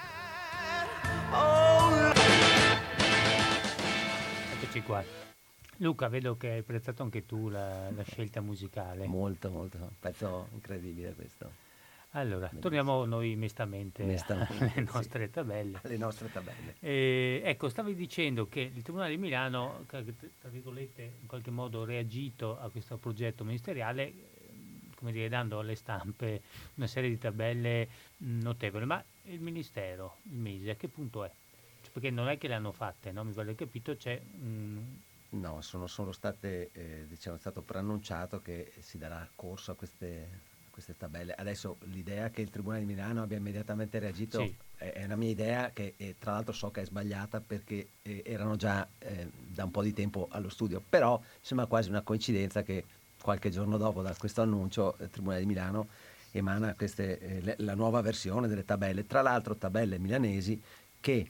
Eccoci qua. Luca, vedo che hai apprezzato anche tu la, la scelta musicale. Molto, molto, un pezzo incredibile questo. Allora, torniamo noi mestamente, Mestamente, alle nostre sì. tabelle. Le nostre tabelle. Eh, ecco, stavi dicendo che il Tribunale di Milano, che, tra virgolette, in qualche modo ha reagito a questo progetto ministeriale, eh, come dire, dando alle stampe una serie di tabelle mh, notevoli. Ma il Ministero, il Mise, a che punto è? Cioè, perché non è che le hanno fatte, no? Mi pare di capito, c'è un... No, sono, sono state, eh, diciamo, è stato preannunciato che si darà corso a queste, a queste tabelle. Adesso l'idea che il Tribunale di Milano abbia immediatamente reagito Sì. è, è una mia idea che eh, tra l'altro so che è sbagliata perché eh, erano già eh, da un po' di tempo allo studio, però sembra quasi una coincidenza che qualche giorno dopo da questo annuncio il Tribunale di Milano emana queste, eh, le, la nuova versione delle tabelle, tra l'altro tabelle milanesi che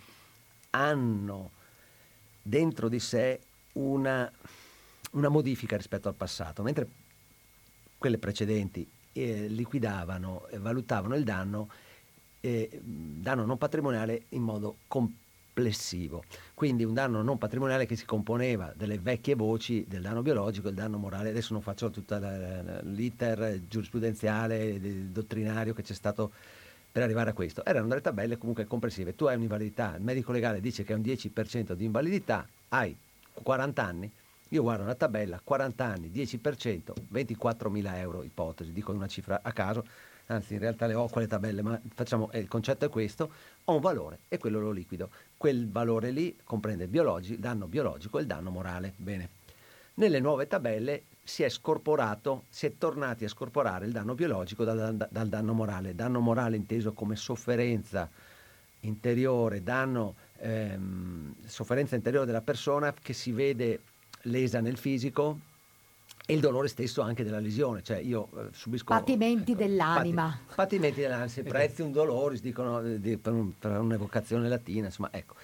hanno dentro di sé una, una modifica rispetto al passato, mentre quelle precedenti eh, liquidavano e valutavano il danno, eh, danno non patrimoniale in modo complessivo. Quindi un danno non patrimoniale che si componeva delle vecchie voci del danno biologico e il danno morale. Adesso non faccio tutta la, la, l'iter giurisprudenziale, dottrinario che c'è stato per arrivare a questo. Erano delle tabelle comunque complessive. Tu hai un'invalidità, il medico legale dice che è un dieci per cento di invalidità, hai quaranta anni, io guardo una tabella, quaranta anni, dieci per cento, ventiquattromila euro, ipotesi, dico una cifra a caso, anzi in realtà le ho quelle tabelle, ma facciamo, eh, il concetto è questo, ho un valore e quello lo liquido. Quel valore lì comprende il, biologi- il danno biologico e il danno morale. Bene. Nelle nuove tabelle si è scorporato, si è tornati a scorporare il danno biologico dal, dal, dal danno morale. Danno morale inteso come sofferenza interiore, danno ehm, sofferenza interiore della persona che si vede lesa nel fisico e il dolore stesso anche della lesione, cioè io eh, subisco Patimenti ecco, dell'anima. Pati, patimenti dell'anima, si prezzi un doloris, dicono eh, di, per, un, per un'evocazione latina, insomma, ecco.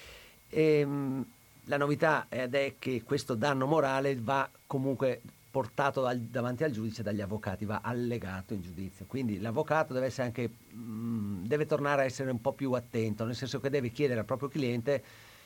Ehm, la novità ed è che questo danno morale va comunque portato al, davanti al giudice dagli avvocati, va allegato in giudizio. Quindi l'avvocato deve essere anche mh, deve tornare a essere un po' più attento, nel senso che deve chiedere al proprio cliente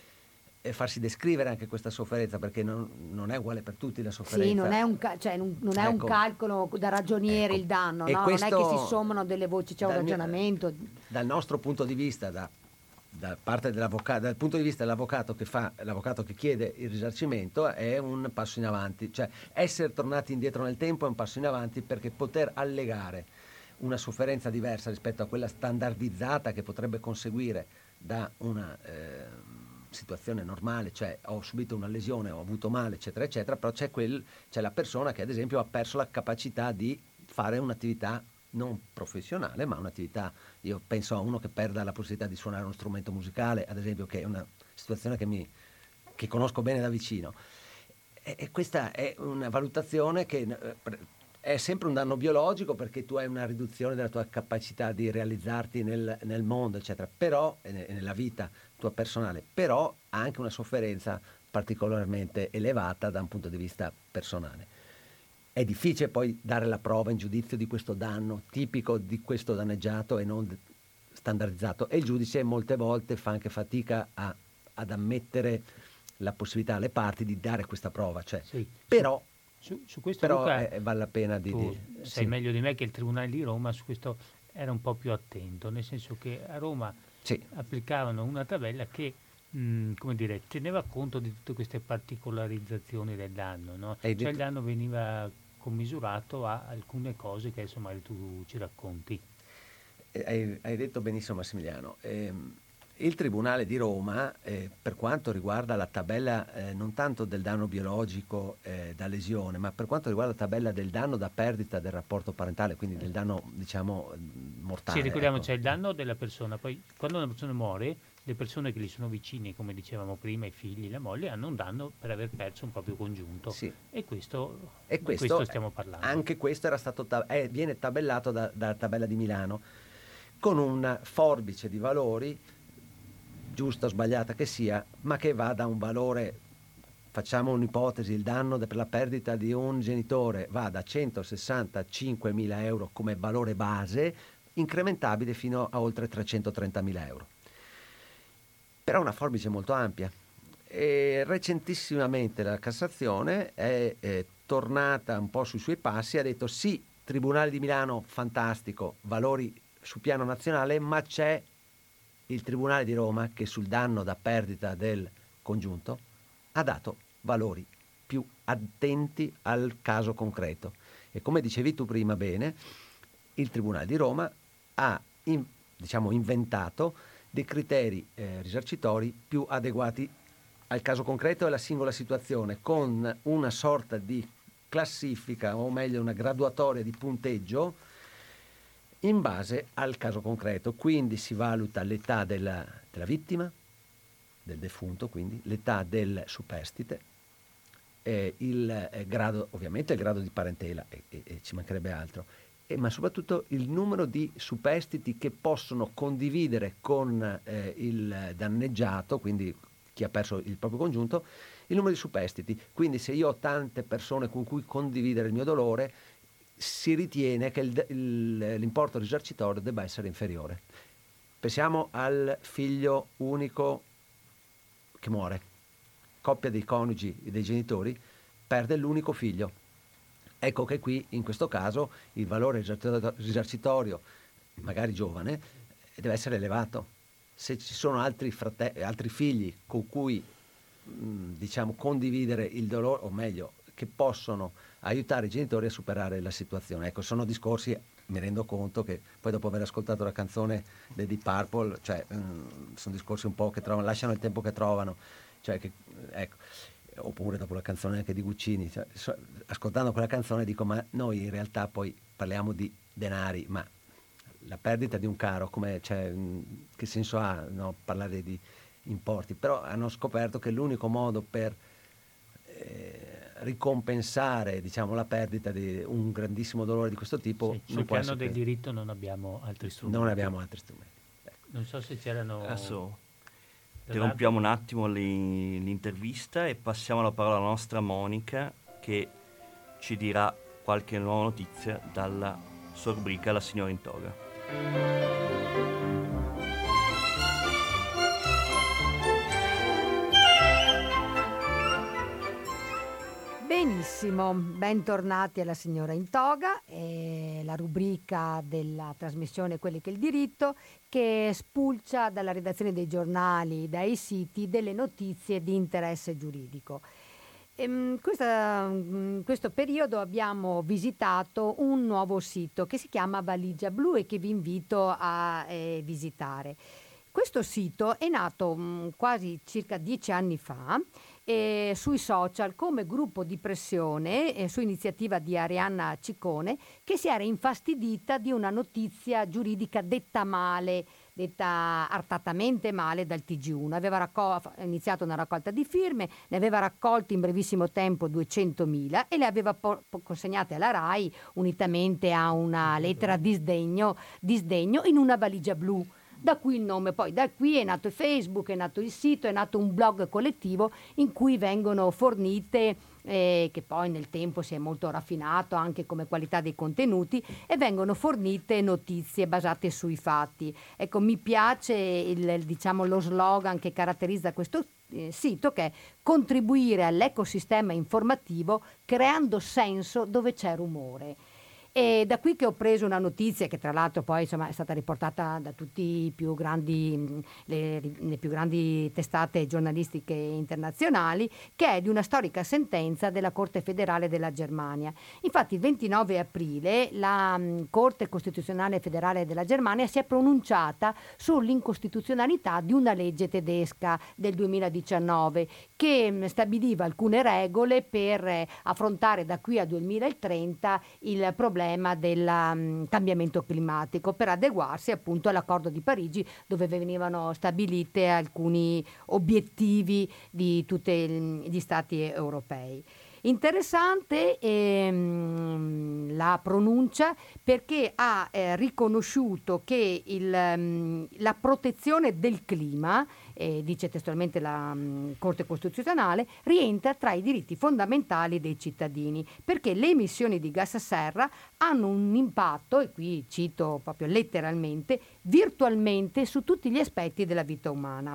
e farsi descrivere anche questa sofferenza, perché non, non è uguale per tutti la sofferenza. Sì, non è un, ca- cioè, non, non è Ecco. un calcolo da ragioniere Ecco. il danno, E no? questo, non è che si sommano delle voci, c'è un dal mio- ragionamento. Dal nostro punto di vista, da, da parte dell'avvocato, dal punto di vista dell'avvocato che fa, l'avvocato che chiede il risarcimento è un passo in avanti, cioè essere tornati indietro nel tempo è un passo in avanti, perché poter allegare una sofferenza diversa rispetto a quella standardizzata che potrebbe conseguire da una eh, situazione normale, cioè ho subito una lesione, ho avuto male, eccetera, eccetera, però c'è, quel, c'è la persona che ad esempio ha perso la capacità di fare un'attività non professionale, ma un'attività, io penso a uno che perda la possibilità di suonare uno strumento musicale, ad esempio, che è una situazione che, mi, che conosco bene da vicino. E, e questa è una valutazione che eh, è sempre un danno biologico, perché tu hai una riduzione della tua capacità di realizzarti nel, nel mondo, eccetera, però, e nella vita tua personale, però ha anche una sofferenza particolarmente elevata da un punto di vista personale. È difficile poi dare la prova in giudizio di questo danno tipico di questo danneggiato e non standardizzato, e il giudice molte volte fa anche fatica a, ad ammettere la possibilità alle parti di dare questa prova, cioè, Sì. però, Su, su questo, però Luca, eh, vale la pena di... tu di sai sì. meglio di me che il Tribunale di Roma su questo era un po' più attento, nel senso che a Roma Sì. applicavano una tabella che mh, come dire, teneva conto di tutte queste particolarizzazioni del danno, no? Hai Cioè detto- il danno veniva commisurato a alcune cose che adesso magari tu ci racconti. Eh, Hai, hai detto benissimo, Massimiliano. Ehm, il Tribunale di Roma, eh, per quanto riguarda la tabella eh, non tanto del danno biologico eh, da lesione, ma per quanto riguarda la tabella del danno da perdita del rapporto parentale, quindi del danno, diciamo, mortale. Sì, ricordiamo, ecco. c'è il danno della persona, poi quando una persona muore, le persone che gli sono vicine, come dicevamo prima, i figli, la moglie, hanno un danno per aver perso un proprio congiunto. Sì. E questo, E di questo, questo stiamo parlando. Anche questo era stato ta- eh, viene tabellato da- dalla tabella di Milano con una forbice di valori, giusta o sbagliata che sia, ma che va da un valore facciamo un'ipotesi, il danno per la perdita di un genitore va da centosessantacinquemila euro come valore base, incrementabile fino a oltre trecentotrentamila euro. Però è una forbice molto ampia. E recentissimamente la Cassazione è eh, tornata un po' sui suoi passi, ha detto sì, Tribunale di Milano fantastico, valori su piano nazionale, ma c'è il Tribunale di Roma che sul danno da perdita del congiunto ha dato valori più attenti al caso concreto. E come dicevi tu prima bene, il Tribunale di Roma ha in, diciamo, inventato dei criteri eh, risarcitori più adeguati al caso concreto e alla singola situazione, con una sorta di classifica, o meglio una graduatoria di punteggio in base al caso concreto. Quindi si valuta l'età della, della vittima, del defunto, quindi l'età del superstite, eh, il eh, grado, ovviamente il grado di parentela, e, e, e ci mancherebbe altro, e, ma soprattutto il numero di superstiti che possono condividere con eh, il danneggiato, quindi chi ha perso il proprio congiunto, il numero di superstiti. Quindi se io ho tante persone con cui condividere il mio dolore, si ritiene che il, il, l'importo risarcitorio debba essere inferiore. Pensiamo al figlio unico che muore, coppia dei coniugi e dei genitori perde l'unico figlio. Ecco che qui in questo caso il valore risarcitorio, magari giovane, deve essere elevato. Se ci sono altri, frate- altri figli con cui mh, diciamo condividere il dolore, o meglio, che possono aiutare i genitori a superare la situazione. Ecco, sono discorsi, mi rendo conto che poi dopo aver ascoltato la canzone dei Deep Purple, cioè mh, sono discorsi un po' che trovano, lasciano il tempo che trovano, cioè che, ecco, oppure dopo la canzone anche di Guccini, cioè, so, ascoltando quella canzone dico, ma noi in realtà poi parliamo di denari, ma la perdita di un caro, come, cioè, che senso ha, no, parlare di importi? Però hanno scoperto che l'unico modo per eh, ricompensare, diciamo, la perdita di un grandissimo dolore di questo tipo, sì, non sul può piano essere del che... diritto non abbiamo altri strumenti. Non abbiamo altri strumenti. Non so se c'erano... Adesso interrompiamo un attimo li- l'intervista e passiamo la parola alla nostra Monica, che ci dirà qualche nuova notizia dalla sua rubrica La signora in toga. Benissimo, bentornati alla Signora in Toga, eh, la rubrica della trasmissione Quelli che il diritto, che spulcia dalla redazione dei giornali, dai siti, delle notizie di interesse giuridico. In questo periodo abbiamo visitato un nuovo sito che si chiama Valigia Blu e che vi invito a eh, visitare. Questo sito è nato mh, quasi circa dieci anni fa eh, sui social come gruppo di pressione eh, su iniziativa di Arianna Ciccone, che si era infastidita di una notizia giuridica detta male, detta artatamente male dal T G uno. Aveva raccol- iniziato una raccolta di firme, ne aveva raccolti in brevissimo tempo duecentomila e le aveva po- po- consegnate alla RAI unitamente a una lettera disdegno, disdegno in una valigia blu. Da qui il nome, poi da qui è nato Facebook, è nato il sito, è nato un blog collettivo in cui vengono fornite, eh, che poi nel tempo si è molto raffinato anche come qualità dei contenuti, e vengono fornite notizie basate sui fatti. Ecco, mi piace il, diciamo, lo slogan che caratterizza questo eh, sito, che è contribuire all'ecosistema informativo creando senso dove c'è rumore. E da qui che ho preso una notizia che tra l'altro poi insomma è stata riportata da tutti i più grandi, le, le più grandi testate giornalistiche internazionali, che è di una storica sentenza della Corte federale della Germania. Infatti il ventinove aprile la mh, Corte Costituzionale federale della Germania si è pronunciata sull'incostituzionalità di una legge tedesca del duemiladiciannove che mh, stabiliva alcune regole per eh, affrontare da qui al duemilatrenta il problema del um, cambiamento climatico, per adeguarsi appunto all'accordo di Parigi, dove venivano stabilite alcuni obiettivi di tutti gli stati europei. Interessante ehm, la pronuncia, perché ha eh, riconosciuto che il, ehm, la protezione del clima, eh, dice testualmente la mh, Corte Costituzionale, rientra tra i diritti fondamentali dei cittadini, perché le emissioni di gas serra hanno un impatto, e qui cito proprio letteralmente, virtualmente su tutti gli aspetti della vita umana.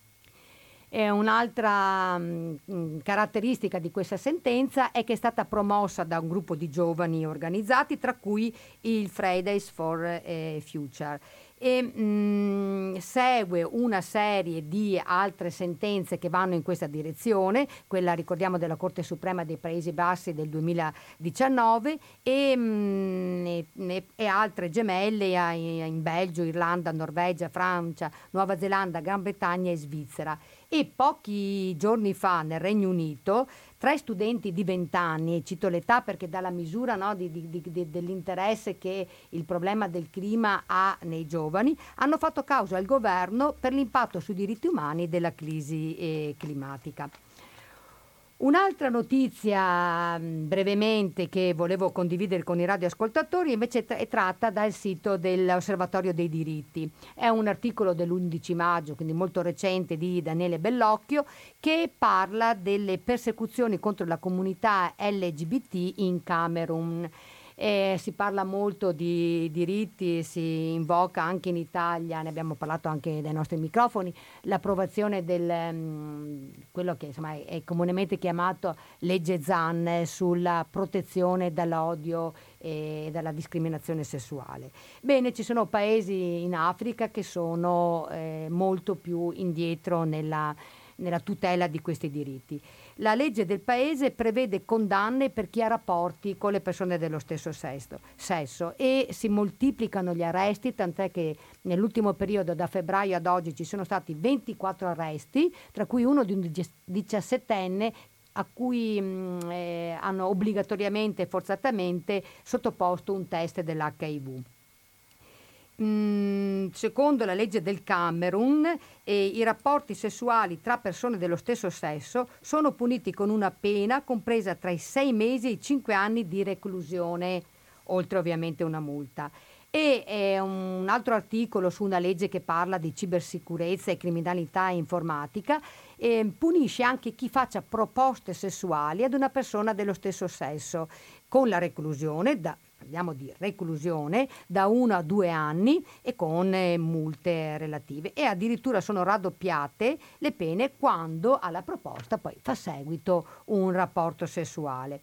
E un'altra mh, caratteristica di questa sentenza è che è stata promossa da un gruppo di giovani organizzati, tra cui il Fridays for eh, Future, e mh, segue una serie di altre sentenze che vanno in questa direzione, quella, ricordiamo, della Corte Suprema dei Paesi Bassi del duemiladiciannove e, mh, e, e altre gemelle in Belgio, Irlanda, Norvegia, Francia, Nuova Zelanda, Gran Bretagna e Svizzera. E pochi giorni fa nel Regno Unito tre studenti di venti anni, e cito l'età perché dà la misura, no, di, di, di, dell'interesse che il problema del clima ha nei giovani, hanno fatto causa al governo per l'impatto sui diritti umani della crisi eh, climatica. Un'altra notizia mh, brevemente che volevo condividere con i radioascoltatori invece è tratta dal sito dell'Osservatorio dei diritti. È un articolo dell'undici maggio, quindi molto recente, di Daniele Bellocchio, che parla delle persecuzioni contro la comunità L G B T in Camerun. Eh, si parla molto di diritti, si invoca anche in Italia, ne abbiamo parlato anche dai nostri microfoni, l'approvazione del um, quello che insomma è, è comunemente chiamato legge Zan sulla protezione dall'odio e dalla discriminazione sessuale. Bene, ci sono paesi in Africa che sono eh, molto più indietro nella, nella tutela di questi diritti. La legge del paese prevede condanne per chi ha rapporti con le persone dello stesso sesso, sesso e si moltiplicano gli arresti, tant'è che nell'ultimo periodo, da febbraio ad oggi, ci sono stati ventiquattro arresti, tra cui uno di un diciassettenne a cui mh, eh, hanno obbligatoriamente e forzatamente sottoposto un test dell'H I V. Mm, secondo la legge del Camerun, eh, i rapporti sessuali tra persone dello stesso sesso sono puniti con una pena compresa tra i sei mesi e i cinque anni di reclusione, oltre ovviamente una multa. E eh, un altro articolo su una legge che parla di cibersicurezza e criminalità informatica eh, punisce anche chi faccia proposte sessuali ad una persona dello stesso sesso con la reclusione da parliamo di reclusione da uno a due anni e con eh, multe relative, e addirittura sono raddoppiate le pene quando alla proposta poi fa seguito un rapporto sessuale.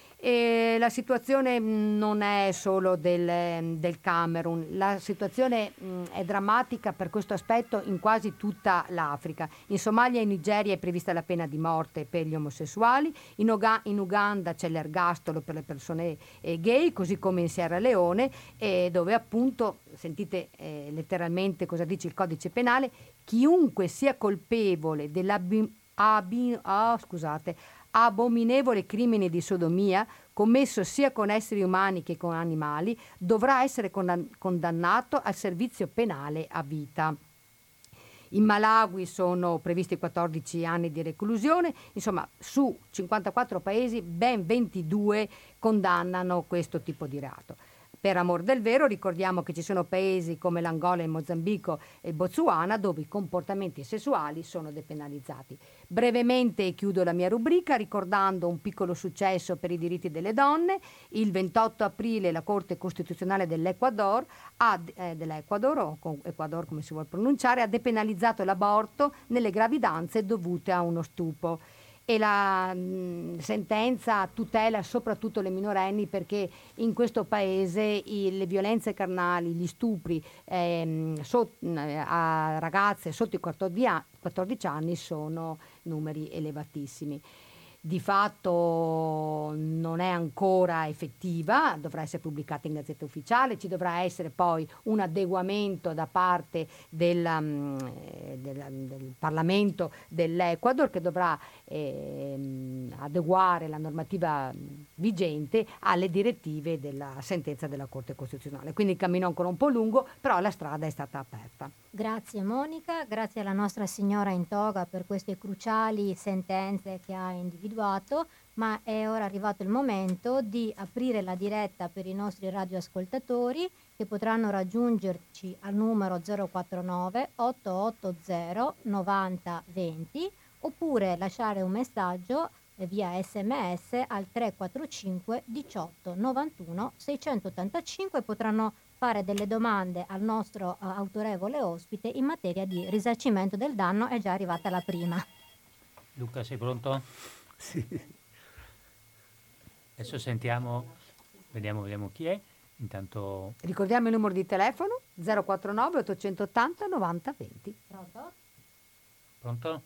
E la situazione mh, non è solo del, del Camerun, la situazione mh, è drammatica per questo aspetto in quasi tutta l'Africa. In Somalia e in Nigeria è prevista la pena di morte per gli omosessuali, in, Uga- in Uganda c'è l'ergastolo per le persone eh, gay, così come in Sierra Leone, eh, dove appunto, sentite eh, letteralmente cosa dice il codice penale, chiunque sia colpevole dell'abi- abi- oh, scusate, abominevole crimine di sodomia commesso sia con esseri umani che con animali dovrà essere condannato al servizio penale a vita. In Malawi sono previsti quattordici anni di reclusione, insomma su cinquantaquattro paesi ben ventidue condannano questo tipo di reato. Per amor del vero ricordiamo che ci sono paesi come l'Angola, il Mozambico e il Botswana dove i comportamenti sessuali sono depenalizzati. Brevemente chiudo la mia rubrica ricordando un piccolo successo per i diritti delle donne. Il ventotto aprile la Corte Costituzionale dell'Ecuador, ha, eh, dell'Ecuador, o con Ecuador come si vuol pronunciare, ha depenalizzato l'aborto nelle gravidanze dovute a uno stupro. E la mh, sentenza tutela soprattutto le minorenni perché in questo paese i, le violenze carnali, gli stupri ehm, so, a ragazze sotto i quattordici anni sono numeri elevatissimi. Di fatto non è ancora effettiva, dovrà essere pubblicata in Gazzetta Ufficiale, ci dovrà essere poi un adeguamento da parte del, um, del, del Parlamento dell'Ecuador che dovrà eh, adeguare la normativa vigente alle direttive della sentenza della Corte Costituzionale. Quindi il cammino è ancora un po' lungo, però la strada è stata aperta. Grazie Monica, grazie alla nostra Signora in toga per queste cruciali sentenze che ha individuato. ma è ora arrivato il momento di aprire la diretta per i nostri radioascoltatori che potranno raggiungerci al numero zero quattro nove otto otto zero novanta venti oppure lasciare un messaggio via sms al tre quattro cinque diciotto novantuno seicentottantacinque. Potranno fare delle domande al nostro uh, autorevole ospite in materia di risarcimento del danno. È già arrivata la prima. Luca, sei pronto? Sì. Adesso sentiamo, vediamo, vediamo chi è. Intanto Ricordiamo il numero di telefono zero quattro nove ottocentottanta novanta venti. Pronto? pronto?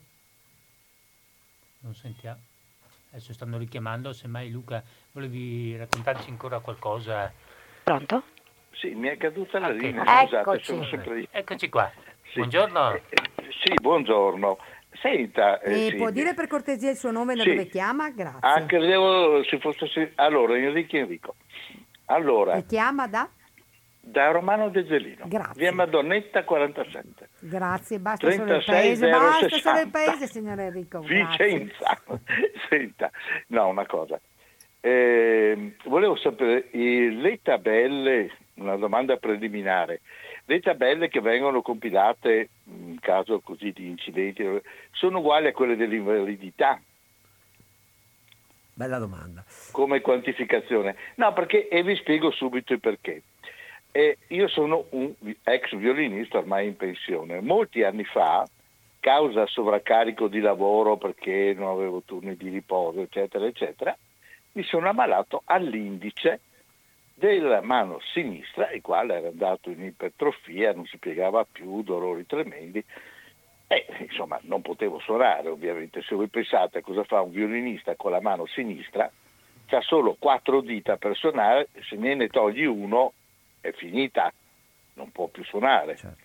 Non sentiamo. Adesso stanno richiamando, semmai Luca volevi raccontarci ancora qualcosa? Pronto? Sì, mi è caduta la Ok. linea, scusate, Eccoci. sono sempre io. Eccoci qua. Sì. Buongiorno. Eh, eh, sì, buongiorno. Senta, eh, E sì, può dire per cortesia il suo nome e da Sì. dove chiama? Grazie. Ah, credevo si fosse... si- Allora, Enrico Enrico. Allora, E chiama da? da Romano De Zelino. Grazie. Via Madonnetta quarantasette. Grazie, basta solo il trentasei paese, zero basta sessanta. solo il paese, signor Enrico. Grazie. Vicenza. Senta, no, una cosa. Eh, volevo sapere, eh, le tabelle, una domanda preliminare, le tabelle che vengono compilate in caso così di incidenti sono uguali a quelle dell'invalidità Bella domanda. come quantificazione? No, perché, e vi spiego subito il perché. Eh, io sono un ex violinista ormai in pensione. Molti anni fa, causa sovraccarico di lavoro perché non avevo turni di riposo, eccetera, eccetera, mi sono ammalato all'indice della mano sinistra, il quale era andato in ipertrofia, non si piegava più, dolori tremendi. E insomma non potevo suonare, ovviamente. Se voi pensate a cosa fa un violinista con la mano sinistra, c'ha solo quattro dita per suonare, se ne ne togli uno è finita, non può più suonare. Certo.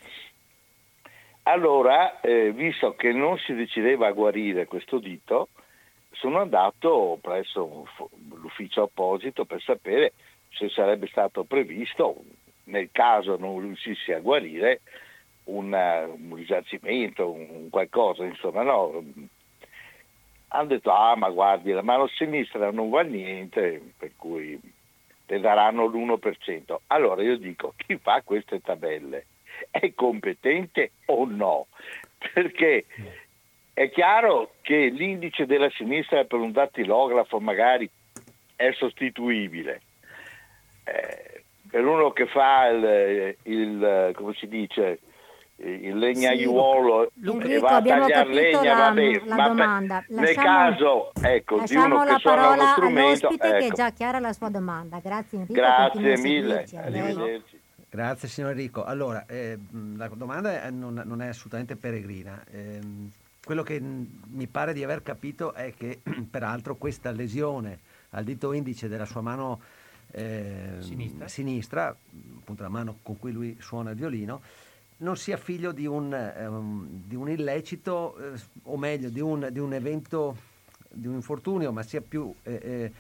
Allora, eh, visto che non si decideva a guarire questo dito, sono andato presso l'ufficio apposito per sapere se sarebbe stato previsto, nel caso non riuscissi a guarire, un, un risarcimento, un qualcosa, insomma, no. Hanno detto, ah, ma guardi, la mano sinistra non va niente, per cui te daranno l'uno per cento. Allora io dico, chi fa queste tabelle è competente o no? Perché è chiaro che l'indice della sinistra per un dattilografo magari è sostituibile. Eh, per uno che fa il, il come si dice, il legnaiuolo Sì. e Enrico, va a abbiamo tagliare capito legna, la- va bene, la ma per- domanda. nel Lasciamo- caso ecco, di Lasciamo uno la che suona uno parola strumento, all'ospite che è ecco. già chiara la sua domanda. Grazie Enrico. Grazie continui a mille, seguirci. A lei. arrivederci. Grazie signor Enrico. Allora, eh, mh, la domanda è- non, non è assolutamente peregrina. Ehm, quello che mh, mi pare di aver capito è che peraltro questa lesione al dito indice della sua mano eh, Sinistra. sinistra, appunto la mano con cui lui suona il violino, non sia figlio di un, ehm, di un illecito, eh, o meglio di un, di un evento, di un infortunio, ma sia più eh, eh,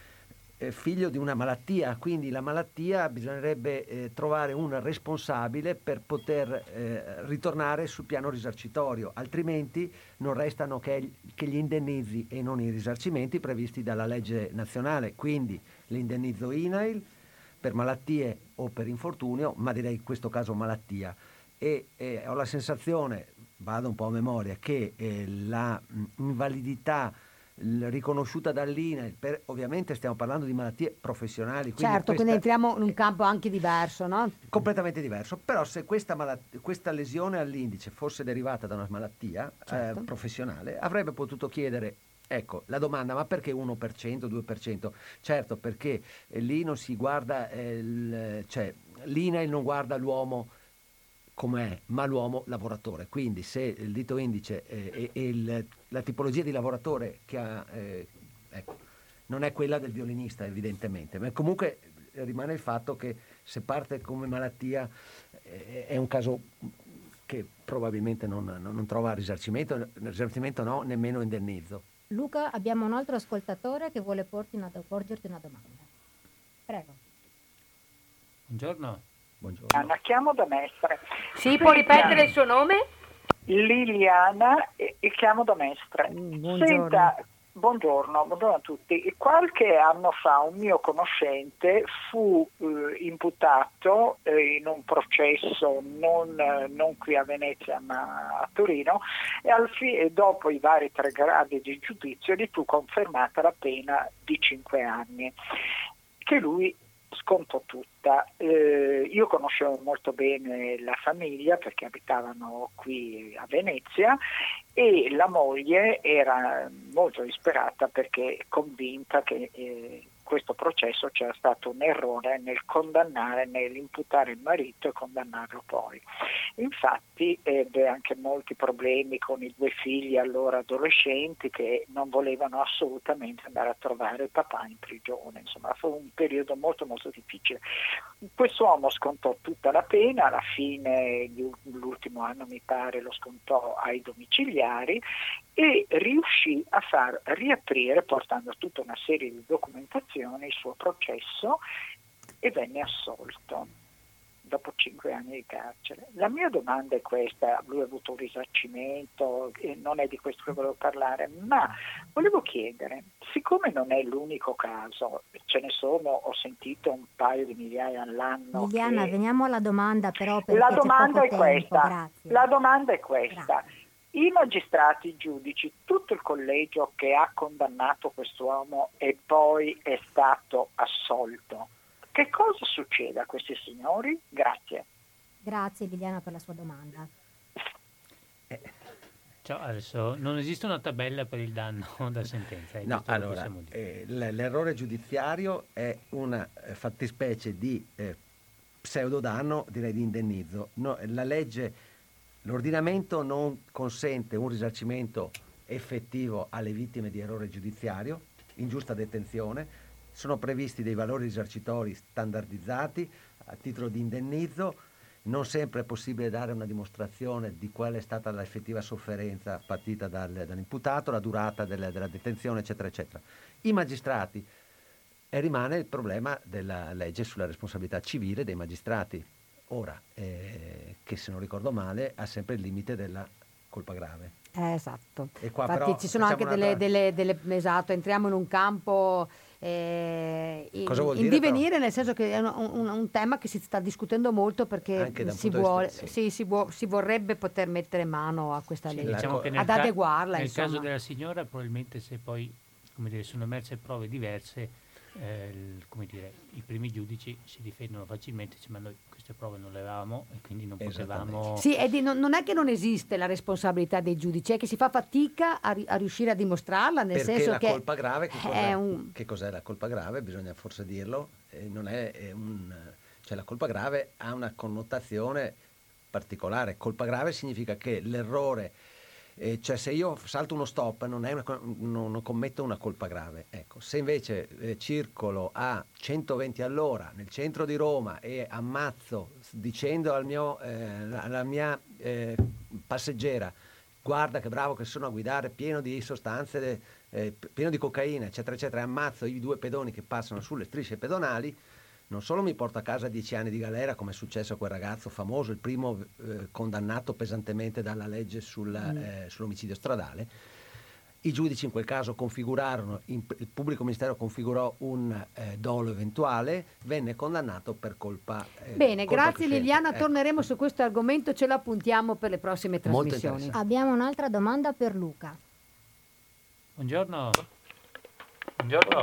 eh, figlio di una malattia. Quindi la malattia bisognerebbe eh, trovare un responsabile per poter eh, ritornare sul piano risarcitorio, altrimenti non restano che, che gli indennizi e non i risarcimenti previsti dalla legge nazionale, quindi l'indennizzo I N A I L per malattie o per infortunio, ma direi in questo caso malattia. E eh, ho la sensazione, vado un po' a memoria, che eh, la mh, invalidità l- riconosciuta dall'I N A I L, per, ovviamente stiamo parlando di malattie professionali, quindi Certo, quindi questa- entriamo in un campo anche diverso, no? completamente diverso, però se questa, malat- questa lesione all'indice fosse derivata da una malattia Certo. eh, professionale, avrebbe potuto chiedere, ecco, la domanda, ma perché uno per cento, due per cento? Certo, perché eh, lì non si guarda, eh, il- cioè l'I N A I L non guarda l'uomo com'è, ma l'uomo lavoratore. Quindi se il dito indice eh, e, e il- la tipologia di lavoratore che ha, eh, ecco, non è quella del violinista evidentemente, ma comunque eh, rimane il fatto che se parte come malattia eh, è un caso che probabilmente non, non- non trova risarcimento, risarcimento no, nemmeno indennizzo. Luca, abbiamo un altro ascoltatore che vuole porti una, porgerti una domanda. Prego. Buongiorno. Buongiorno. Anna, chiamo da Mestre. Sì, può ripetere il suo nome? Liliana e, e chiamo da Mestre. Mm, buongiorno. Senta, Buongiorno, buongiorno a tutti. Qualche anno fa un mio conoscente fu eh, imputato eh, in un processo non, eh, non qui a Venezia ma a Torino e, al fi- e dopo i vari tre gradi di giudizio gli fu confermata la pena di cinque anni che lui scontò tutta. Eh, io conoscevo molto bene la famiglia perché abitavano qui a Venezia e la moglie era molto disperata perché convinta che eh, questo processo c'era stato un errore nel condannare, nell'imputare il marito e condannarlo poi. Infatti ebbe anche molti problemi con i due figli allora adolescenti che non volevano assolutamente andare a trovare il papà in prigione. Insomma, fu un periodo molto molto difficile. Quest'uomo scontò tutta la pena, alla fine l'ultimo anno mi pare lo scontò ai domiciliari e riuscì a far riaprire, portando tutta una serie di documentazioni, il suo processo e venne assolto dopo cinque anni di carcere. La mia domanda è questa, lui ha avuto un risarcimento, e non è di questo che volevo parlare, ma volevo chiedere, siccome non è l'unico caso, ce ne sono, ho sentito un paio di migliaia all'anno. Liliana, che... veniamo alla domanda però perché La c'è domanda poco è tempo. questa, Grazie. la domanda è questa. Grazie. I magistrati, i giudici, tutto il collegio che ha condannato quest'uomo e poi è stato assolto, che cosa succede a questi signori? Grazie. Grazie Liliana per la sua domanda. Cioè, adesso non esiste una tabella per il danno da sentenza. È No, questo che allora, possiamo dire. eh, l- l'errore giudiziario è una eh, fattispecie di eh, pseudodanno, direi di indennizzo. No, la legge, l'ordinamento non consente un risarcimento effettivo alle vittime di errore giudiziario, ingiusta detenzione. Sono previsti dei valori risarcitori standardizzati a titolo di indennizzo. Non sempre è possibile dare una dimostrazione di qual è stata l'effettiva sofferenza patita dal, dall'imputato, la durata del, della detenzione, eccetera, eccetera. I magistrati, e rimane il problema della legge sulla responsabilità civile dei magistrati. Ora, eh, che se non ricordo male, ha sempre il limite della colpa grave. Eh, esatto. E qua Infatti però ci sono facciamo anche delle, una- delle, delle... Esatto, entriamo in un campo eh, in, Cosa vuol in dire, divenire, però? nel senso che è un, un- un tema che si sta discutendo molto perché Anche da un si, punto di vuole, vista- sì. sì, si, vuo- si vorrebbe poter mettere mano a questa Sì, legge, diciamo che nel ad ca- adeguarla. Nel insomma. caso della signora, probabilmente se poi, come dire, sono emerse prove diverse, eh, il- come dire, i primi giudici si difendono facilmente, dice, ma noi queste prove non le avevamo e quindi non potevamo... Sì, e di- non, non è che non esiste la responsabilità dei giudici, è che si fa fatica a, ri- a riuscire a dimostrarla, nel Perché senso la che colpa grave, che cos'è? è un... Che cos'è la colpa grave? Bisogna forse dirlo. Eh, non è, è un, cioè la colpa grave ha una connotazione particolare. Colpa grave significa che l'errore, eh, cioè se io salto uno stop non, è una co- non, non commetto una colpa grave. Ecco, se invece eh, circolo a centoventi all'ora nel centro di Roma e ammazzo s- dicendo al mio, eh, alla mia eh, passeggera, guarda che bravo che sono a guidare, pieno di sostanze, eh, pieno di cocaina, eccetera, eccetera, e ammazzo i due pedoni che passano sulle strisce pedonali, non solo mi porto a casa dieci anni di galera, come è successo a quel ragazzo famoso, il primo eh, condannato pesantemente dalla legge sulla, Mm. eh, sull'omicidio stradale. I giudici in quel caso configurarono, in- il pubblico ministero configurò un eh, dolo eventuale, venne condannato per colpa. eh, Bene, colpa grazie cosciente. Liliana, Ecco. torneremo su questo argomento, ce lo appuntiamo per le prossime Molto trasmissioni. Abbiamo un'altra domanda per Luca. Buongiorno. Buongiorno.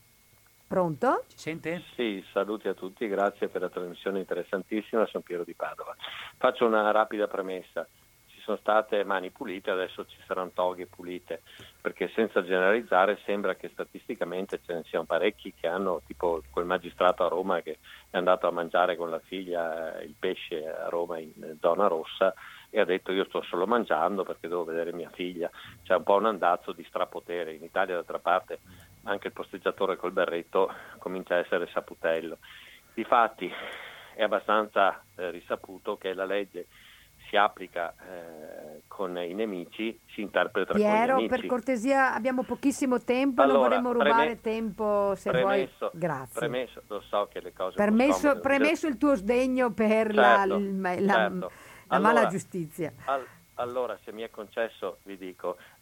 Pronto? Ci sente? Sì, saluti a tutti, grazie per la trasmissione interessantissima, sono Piero di Padova. Faccio una rapida premessa. Ci sono state mani pulite, adesso ci saranno toghe pulite, perché senza generalizzare sembra che statisticamente ce ne siano parecchi che hanno, tipo quel magistrato a Roma che è andato a mangiare con la figlia il pesce a Roma in zona rossa e ha detto io sto solo mangiando perché devo vedere mia figlia. C'è un po' un andazzo di strapotere. In Italia d'altra parte anche il posteggiatore col berretto comincia a essere saputello. Difatti è abbastanza eh, risaputo che la legge si applica eh, con i nemici, si interpreta Piero, con gli per amici. cortesia, abbiamo pochissimo tempo, Allora, non vorremmo rubare preme- tempo, se premesso, vuoi. Grazie. premesso, lo so che le cose Permesso, scomode, premesso il tuo sdegno per la, Certo, il- la, certo. la Allora, mala giustizia. Al- allora, se mi è concesso, vi dico,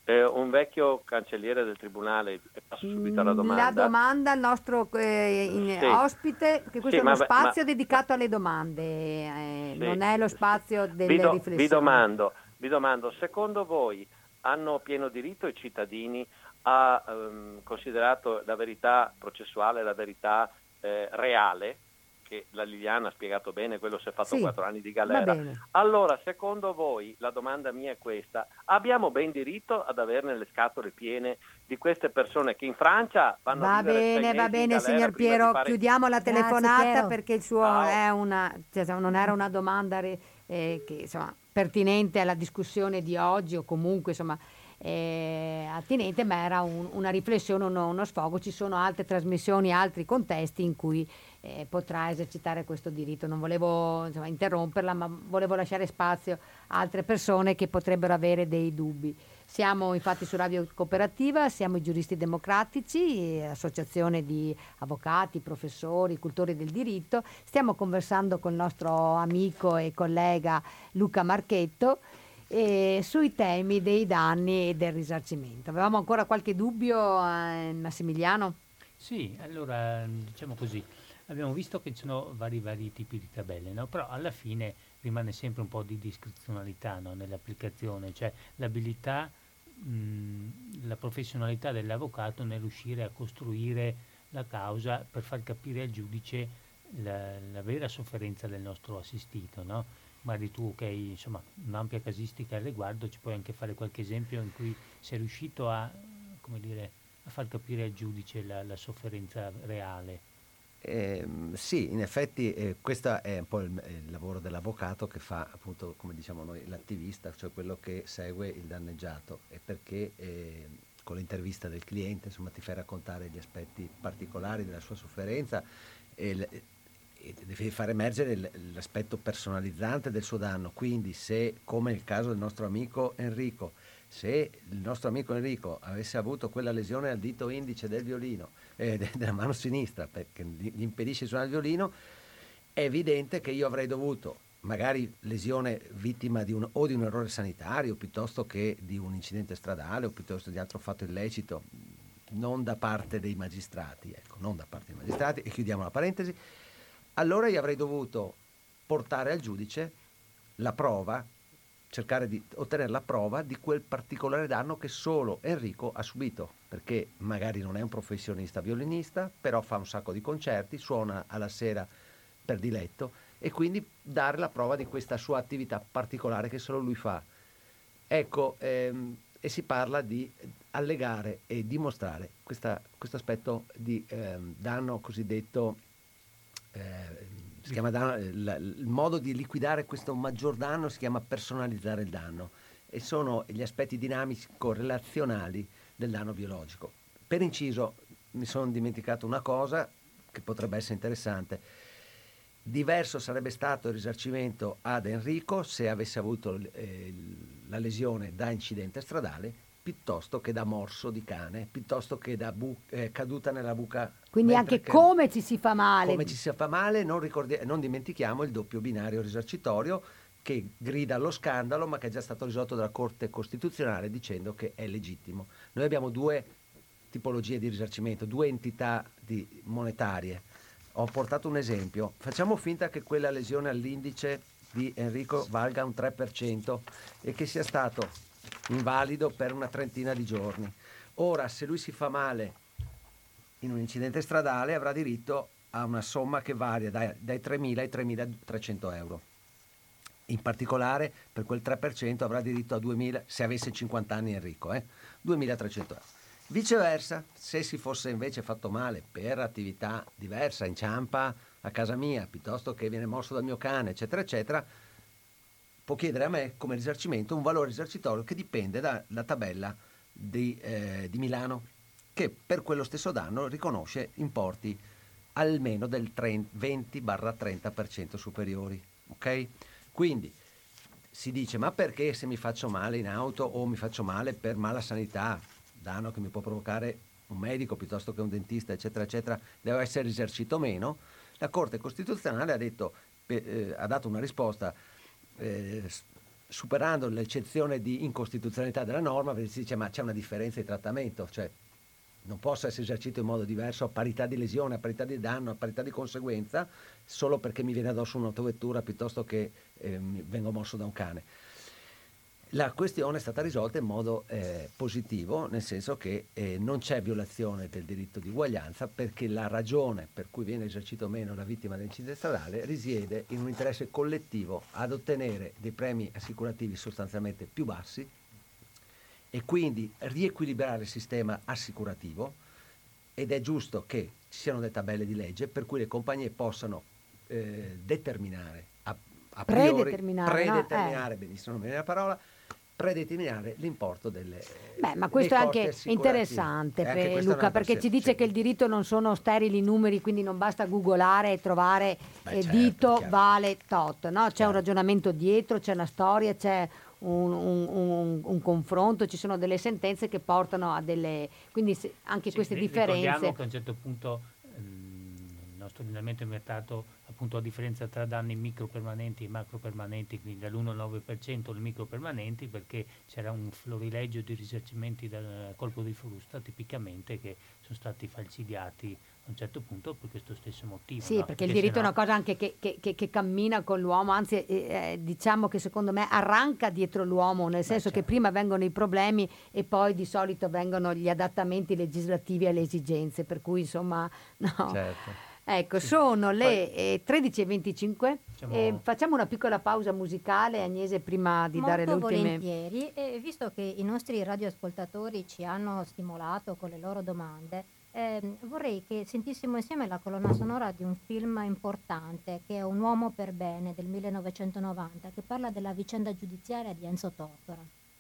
Eh, un vecchio cancelliere del tribunale, passo subito alla domanda. La domanda al nostro eh, in- Sì. ospite, che questo Sì, è uno ma- spazio ma- dedicato alle domande, eh, Sì. non è lo spazio delle vi, do- riflessioni. vi domando, vi domando, secondo voi hanno pieno diritto i cittadini a ehm, considerato la verità processuale, la verità eh, reale, che la Liliana ha spiegato bene, quello si è fatto Sì, quattro anni di va galera. bene. Allora, secondo voi, la domanda mia è questa, abbiamo ben diritto ad averne le scatole piene di queste persone che in Francia vanno Va a vivere sei bene, mesi va in bene, galera signor prima di Piero, fare- chiudiamo la Grazie, telefonata Piero. perché il suo Ciao. è una, cioè, non era una domanda re- eh, che, insomma, pertinente alla discussione di oggi o comunque insomma eh, attinente, ma era un- una riflessione, uno, uno sfogo. Ci sono altre trasmissioni, altri contesti in cui eh, potrà esercitare questo diritto. Non volevo insomma, interromperla, ma volevo lasciare spazio a altre persone che potrebbero avere dei dubbi. Siamo infatti su Radio Cooperativa, siamo i Giuristi Democratici, eh, associazione di avvocati, professori, cultori del diritto. Stiamo conversando con il nostro amico e collega Luca Marchetto eh, sui temi dei danni e del risarcimento. Avevamo ancora qualche dubbio, eh, Massimiliano? Sì, allora diciamo così, abbiamo visto che ci sono vari, vari tipi di tabelle, no? Però alla fine rimane sempre un po' di discrezionalità, no? Nell'applicazione, cioè l'abilità, mh, la professionalità dell'avvocato nel riuscire a costruire la causa per far capire al giudice la, la vera sofferenza del nostro assistito, no? Magari tu che hai insomma un'ampia casistica al riguardo, ci puoi anche fare qualche esempio in cui sei riuscito a, come dire, a far capire al giudice la, la sofferenza reale. Eh, sì, in effetti eh, questo è un po' il, il lavoro dell'avvocato che fa appunto, come diciamo noi, l'attivista, cioè quello che segue il danneggiato, e perché eh, con l'intervista del cliente insomma ti fai raccontare gli aspetti particolari della sua sofferenza e, l- e devi far emergere l- l'aspetto personalizzante del suo danno. Quindi se, come nel caso del nostro amico Enrico, se il nostro amico Enrico avesse avuto quella lesione al dito indice del violino, eh, de- della mano sinistra, perché gli impedisce di suonare il violino, è evidente che io avrei dovuto, magari lesione vittima di un, o di un errore sanitario, piuttosto che di un incidente stradale o piuttosto di altro fatto illecito, non da parte dei magistrati, ecco, non da parte dei magistrati, e chiudiamo la parentesi, allora io avrei dovuto portare al giudice la prova, cercare di ottenere la prova di quel particolare danno che solo Enrico ha subito, perché magari non è un professionista violinista, però fa un sacco di concerti, suona alla sera per diletto, e quindi dare la prova di questa sua attività particolare che solo lui fa. Ecco, ehm, e si parla di allegare e dimostrare questa, questo aspetto di ehm, danno cosiddetto, eh, si chiama danno, il, il modo di liquidare questo maggior danno si chiama personalizzare il danno, e sono gli aspetti dinamico-relazionali del danno biologico. Per inciso, mi sono dimenticato una cosa che potrebbe essere interessante. Diverso sarebbe stato il risarcimento ad Enrico se avesse avuto eh, la lesione da incidente stradale piuttosto che da morso di cane, piuttosto che da bu- eh, caduta nella buca. Quindi mentre anche che- come ci si fa male. come ci si fa male, non, ricordi- non dimentichiamo il doppio binario risarcitorio che grida allo scandalo, ma che è già stato risolto dalla Corte Costituzionale dicendo che è legittimo. Noi abbiamo due tipologie di risarcimento, due entità di monetarie. Ho portato un esempio. Facciamo finta che quella lesione all'indice di Enrico valga un tre per cento e che sia stato invalido per una trentina di giorni. Ora, se lui si fa male in un incidente stradale, avrà diritto a una somma che varia dai, dai tremila ai tremilatrecento euro. In particolare, per quel tre per cento avrà diritto a duemila, se avesse cinquanta anni Enrico, eh, duemilatrecento euro. Viceversa, se si fosse invece fatto male per attività diversa, inciampa a casa mia, piuttosto che viene morso dal mio cane, eccetera, eccetera, può chiedere a me come risarcimento un valore risarcitorio che dipende dalla tabella di, eh, di Milano, che per quello stesso danno riconosce importi almeno del venti trenta per cento superiori. Ok? Quindi si dice, ma perché se mi faccio male in auto o mi faccio male per mala sanità, danno che mi può provocare un medico piuttosto che un dentista, eccetera, eccetera, deve essere risarcito meno? La Corte Costituzionale ha detto, eh, ha dato una risposta eh, superando l'eccezione di incostituzionalità della norma, si dice ma c'è una differenza di trattamento, cioè non posso essere esercito in modo diverso a parità di lesione, a parità di danno, a parità di conseguenza, solo perché mi viene addosso un'autovettura piuttosto che eh, mi vengo mosso da un cane. La questione è stata risolta in modo eh, positivo, nel senso che eh, non c'è violazione del diritto di uguaglianza, perché la ragione per cui viene esercito meno la vittima dell'incidente stradale risiede in un interesse collettivo ad ottenere dei premi assicurativi sostanzialmente più bassi e quindi riequilibrare il sistema assicurativo, ed è giusto che ci siano delle tabelle di legge per cui le compagnie possano eh, determinare a, a priori, predeterminare, predeterminare no? eh. benissimo, non mi viene la parola, predeterminare l'importo delle Beh, ma questo è anche interessante, eh, anche per Luca, perché ci dice sì. che il diritto non sono sterili numeri, quindi non basta googolare e trovare Beh, eh, certo, dito chiaro. vale tot, no? C'è Chiaro. un ragionamento dietro, c'è una storia, c'è un, un, un, un confronto, ci sono delle sentenze che portano a delle, quindi se, anche Sì, queste ri- differenze. Ricordiamo che a un certo punto ehm, il nostro ordinamento è mercato appunto a differenza tra danni micropermanenti e macropermanenti, quindi dall'uno al nove per cento le micropermanenti, perché c'era un florilegio di risarcimenti dal colpo di frusta tipicamente che sono stati falcidiati a un certo punto per questo stesso motivo. Sì, no? perché il diritto sennò- è una cosa anche che, che- che- che cammina con l'uomo, anzi eh, eh, diciamo che secondo me arranca dietro l'uomo, nel senso che certo. prima vengono i problemi e poi di solito vengono gli adattamenti legislativi alle esigenze, per cui insomma no. Certo. Ecco, sono le eh, tredici e venticinque, Facciamo- e facciamo una piccola pausa musicale, Agnese, prima di dare le Molto ultime... volentieri, e visto che i nostri radioascoltatori ci hanno stimolato con le loro domande, ehm, vorrei che sentissimo insieme la colonna sonora di un film importante che è Un uomo per bene del millenovecentonovanta, che parla della vicenda giudiziaria di Enzo Tortora.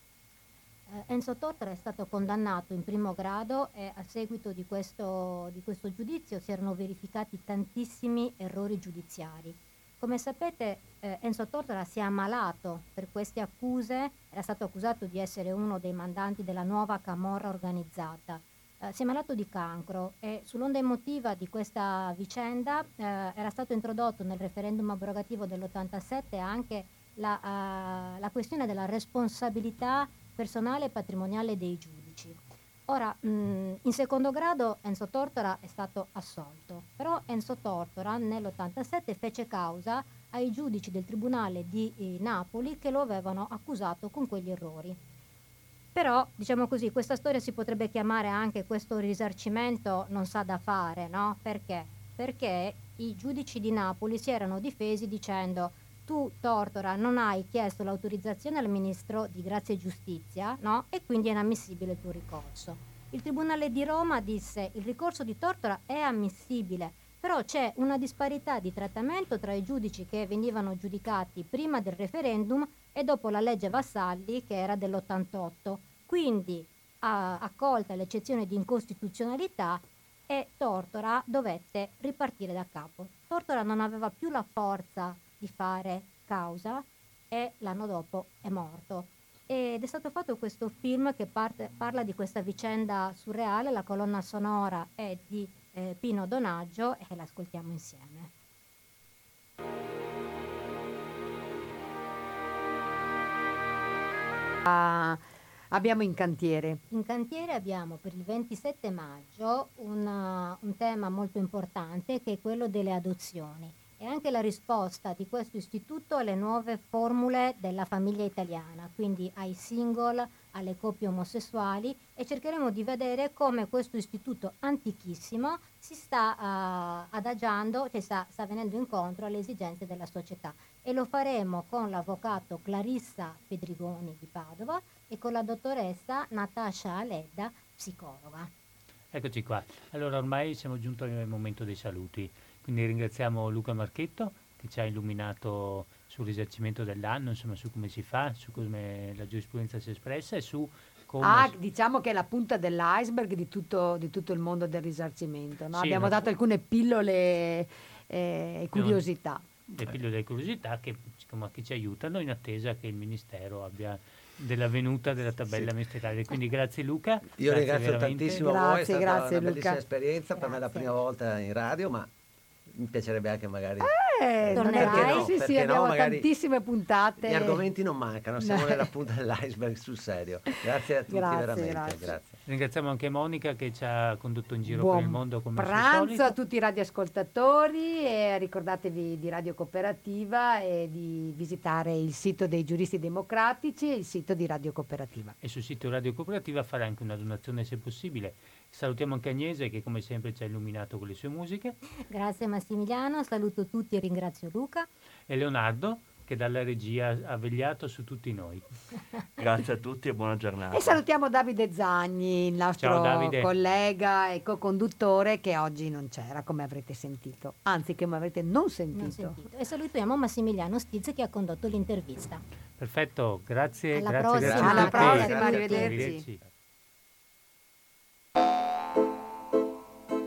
Eh, Enzo Tortora è stato condannato in primo grado e a seguito di questo, di questo giudizio si erano verificati tantissimi errori giudiziari. Come sapete, eh, Enzo Tortora si è ammalato per queste accuse, era stato accusato di essere uno dei mandanti della nuova camorra organizzata. Eh, si è ammalato di cancro e sull'onda emotiva di questa vicenda eh, era stato introdotto nel referendum abrogativo dell'ottantasette anche la, uh, la questione della responsabilità personale e patrimoniale dei giudici. Ora, mh, in secondo grado Enzo Tortora è stato assolto, però Enzo Tortora nell'ottantasette fece causa ai giudici del Tribunale di eh, Napoli che lo avevano accusato con quegli errori. Però, diciamo così, questa storia si potrebbe chiamare anche questo risarcimento non sa da fare, no? Perché? Perché i giudici di Napoli si erano difesi dicendo: tu Tortora non hai chiesto l'autorizzazione al ministro di Grazia e Giustizia, no? E quindi è inammissibile il tuo ricorso. Il Tribunale di Roma disse: il ricorso di Tortora è ammissibile, però c'è una disparità di trattamento tra i giudici che venivano giudicati prima del referendum e dopo la legge Vassalli, che era dell'ottantotto. Quindi ha accolta l'eccezione di incostituzionalità e Tortora dovette ripartire da capo. Tortora non aveva più la forza di fare causa e l'anno dopo è morto. Ed è stato fatto questo film che parte, parla di questa vicenda surreale, la colonna sonora è di eh, Pino Donaggio e l'ascoltiamo insieme. Ah, abbiamo in cantiere. In cantiere abbiamo per il ventisette maggio una- un tema molto importante che è quello delle adozioni e anche la risposta di questo istituto alle nuove formule della famiglia italiana, quindi ai single, alle coppie omosessuali, e cercheremo di vedere come questo istituto antichissimo si sta uh, adagiando, cioè sta, sta venendo incontro alle esigenze della società, e lo faremo con l'avvocato Clarissa Pedrigoni di Padova e con la dottoressa Natascia Aledda, psicologa. Eccoci qua. Allora ormai siamo giunti al momento dei saluti, quindi ringraziamo Luca Marchetto che ci ha illuminato sul risarcimento del danno, insomma su come si fa, su come la giurisprudenza si è espressa e su come... Ah, diciamo che è la punta dell'iceberg di tutto, di tutto il mondo del risarcimento, no? Sì, Abbiamo no. dato alcune pillole e eh, curiosità. le pillole delle curiosità che insomma, che ci aiutano in attesa che il Ministero abbia della venuta della tabella Sì. ministeriale. Quindi grazie Luca. Io grazie ringrazio veramente. tantissimo voi, è Grazie, stata grazie, una bellissima Luca. esperienza, per me è la Grazie. prima volta in radio, ma mi piacerebbe anche magari... Eh, non è Tornerai? vero, sì, sì, Perché no, abbiamo magari tantissime puntate. Gli argomenti non mancano, siamo No. nella punta dell'iceberg, sul serio. Grazie a tutti, Grazie, veramente. grazie. Grazie. Ringraziamo anche Monica che ci ha condotto in giro Buon per il mondo come al suo pranzo solito. a tutti i radioascoltatori e ricordatevi di Radio Cooperativa e di visitare il sito dei giuristi democratici e il sito di Radio Cooperativa. E sul sito Radio Cooperativa fare anche una donazione se possibile. Salutiamo anche Agnese che come sempre ci ha illuminato con le sue musiche, Grazie Massimiliano, saluto tutti e ringrazio Luca. e Leonardo che dalla regia ha vegliato su tutti noi. Grazie a tutti e buona giornata. E salutiamo Davide Zagni, il nostro Ciao, Davide. collega e co-conduttore che oggi non c'era, come avrete sentito, anzi che come avrete non sentito. Non sentito. E salutiamo Massimiliano Stiz che ha condotto l'intervista. Perfetto, grazie, Alla grazie, prossima. grazie a Alla tutti. prossima, Grazie a tutti, arrivederci. arrivederci.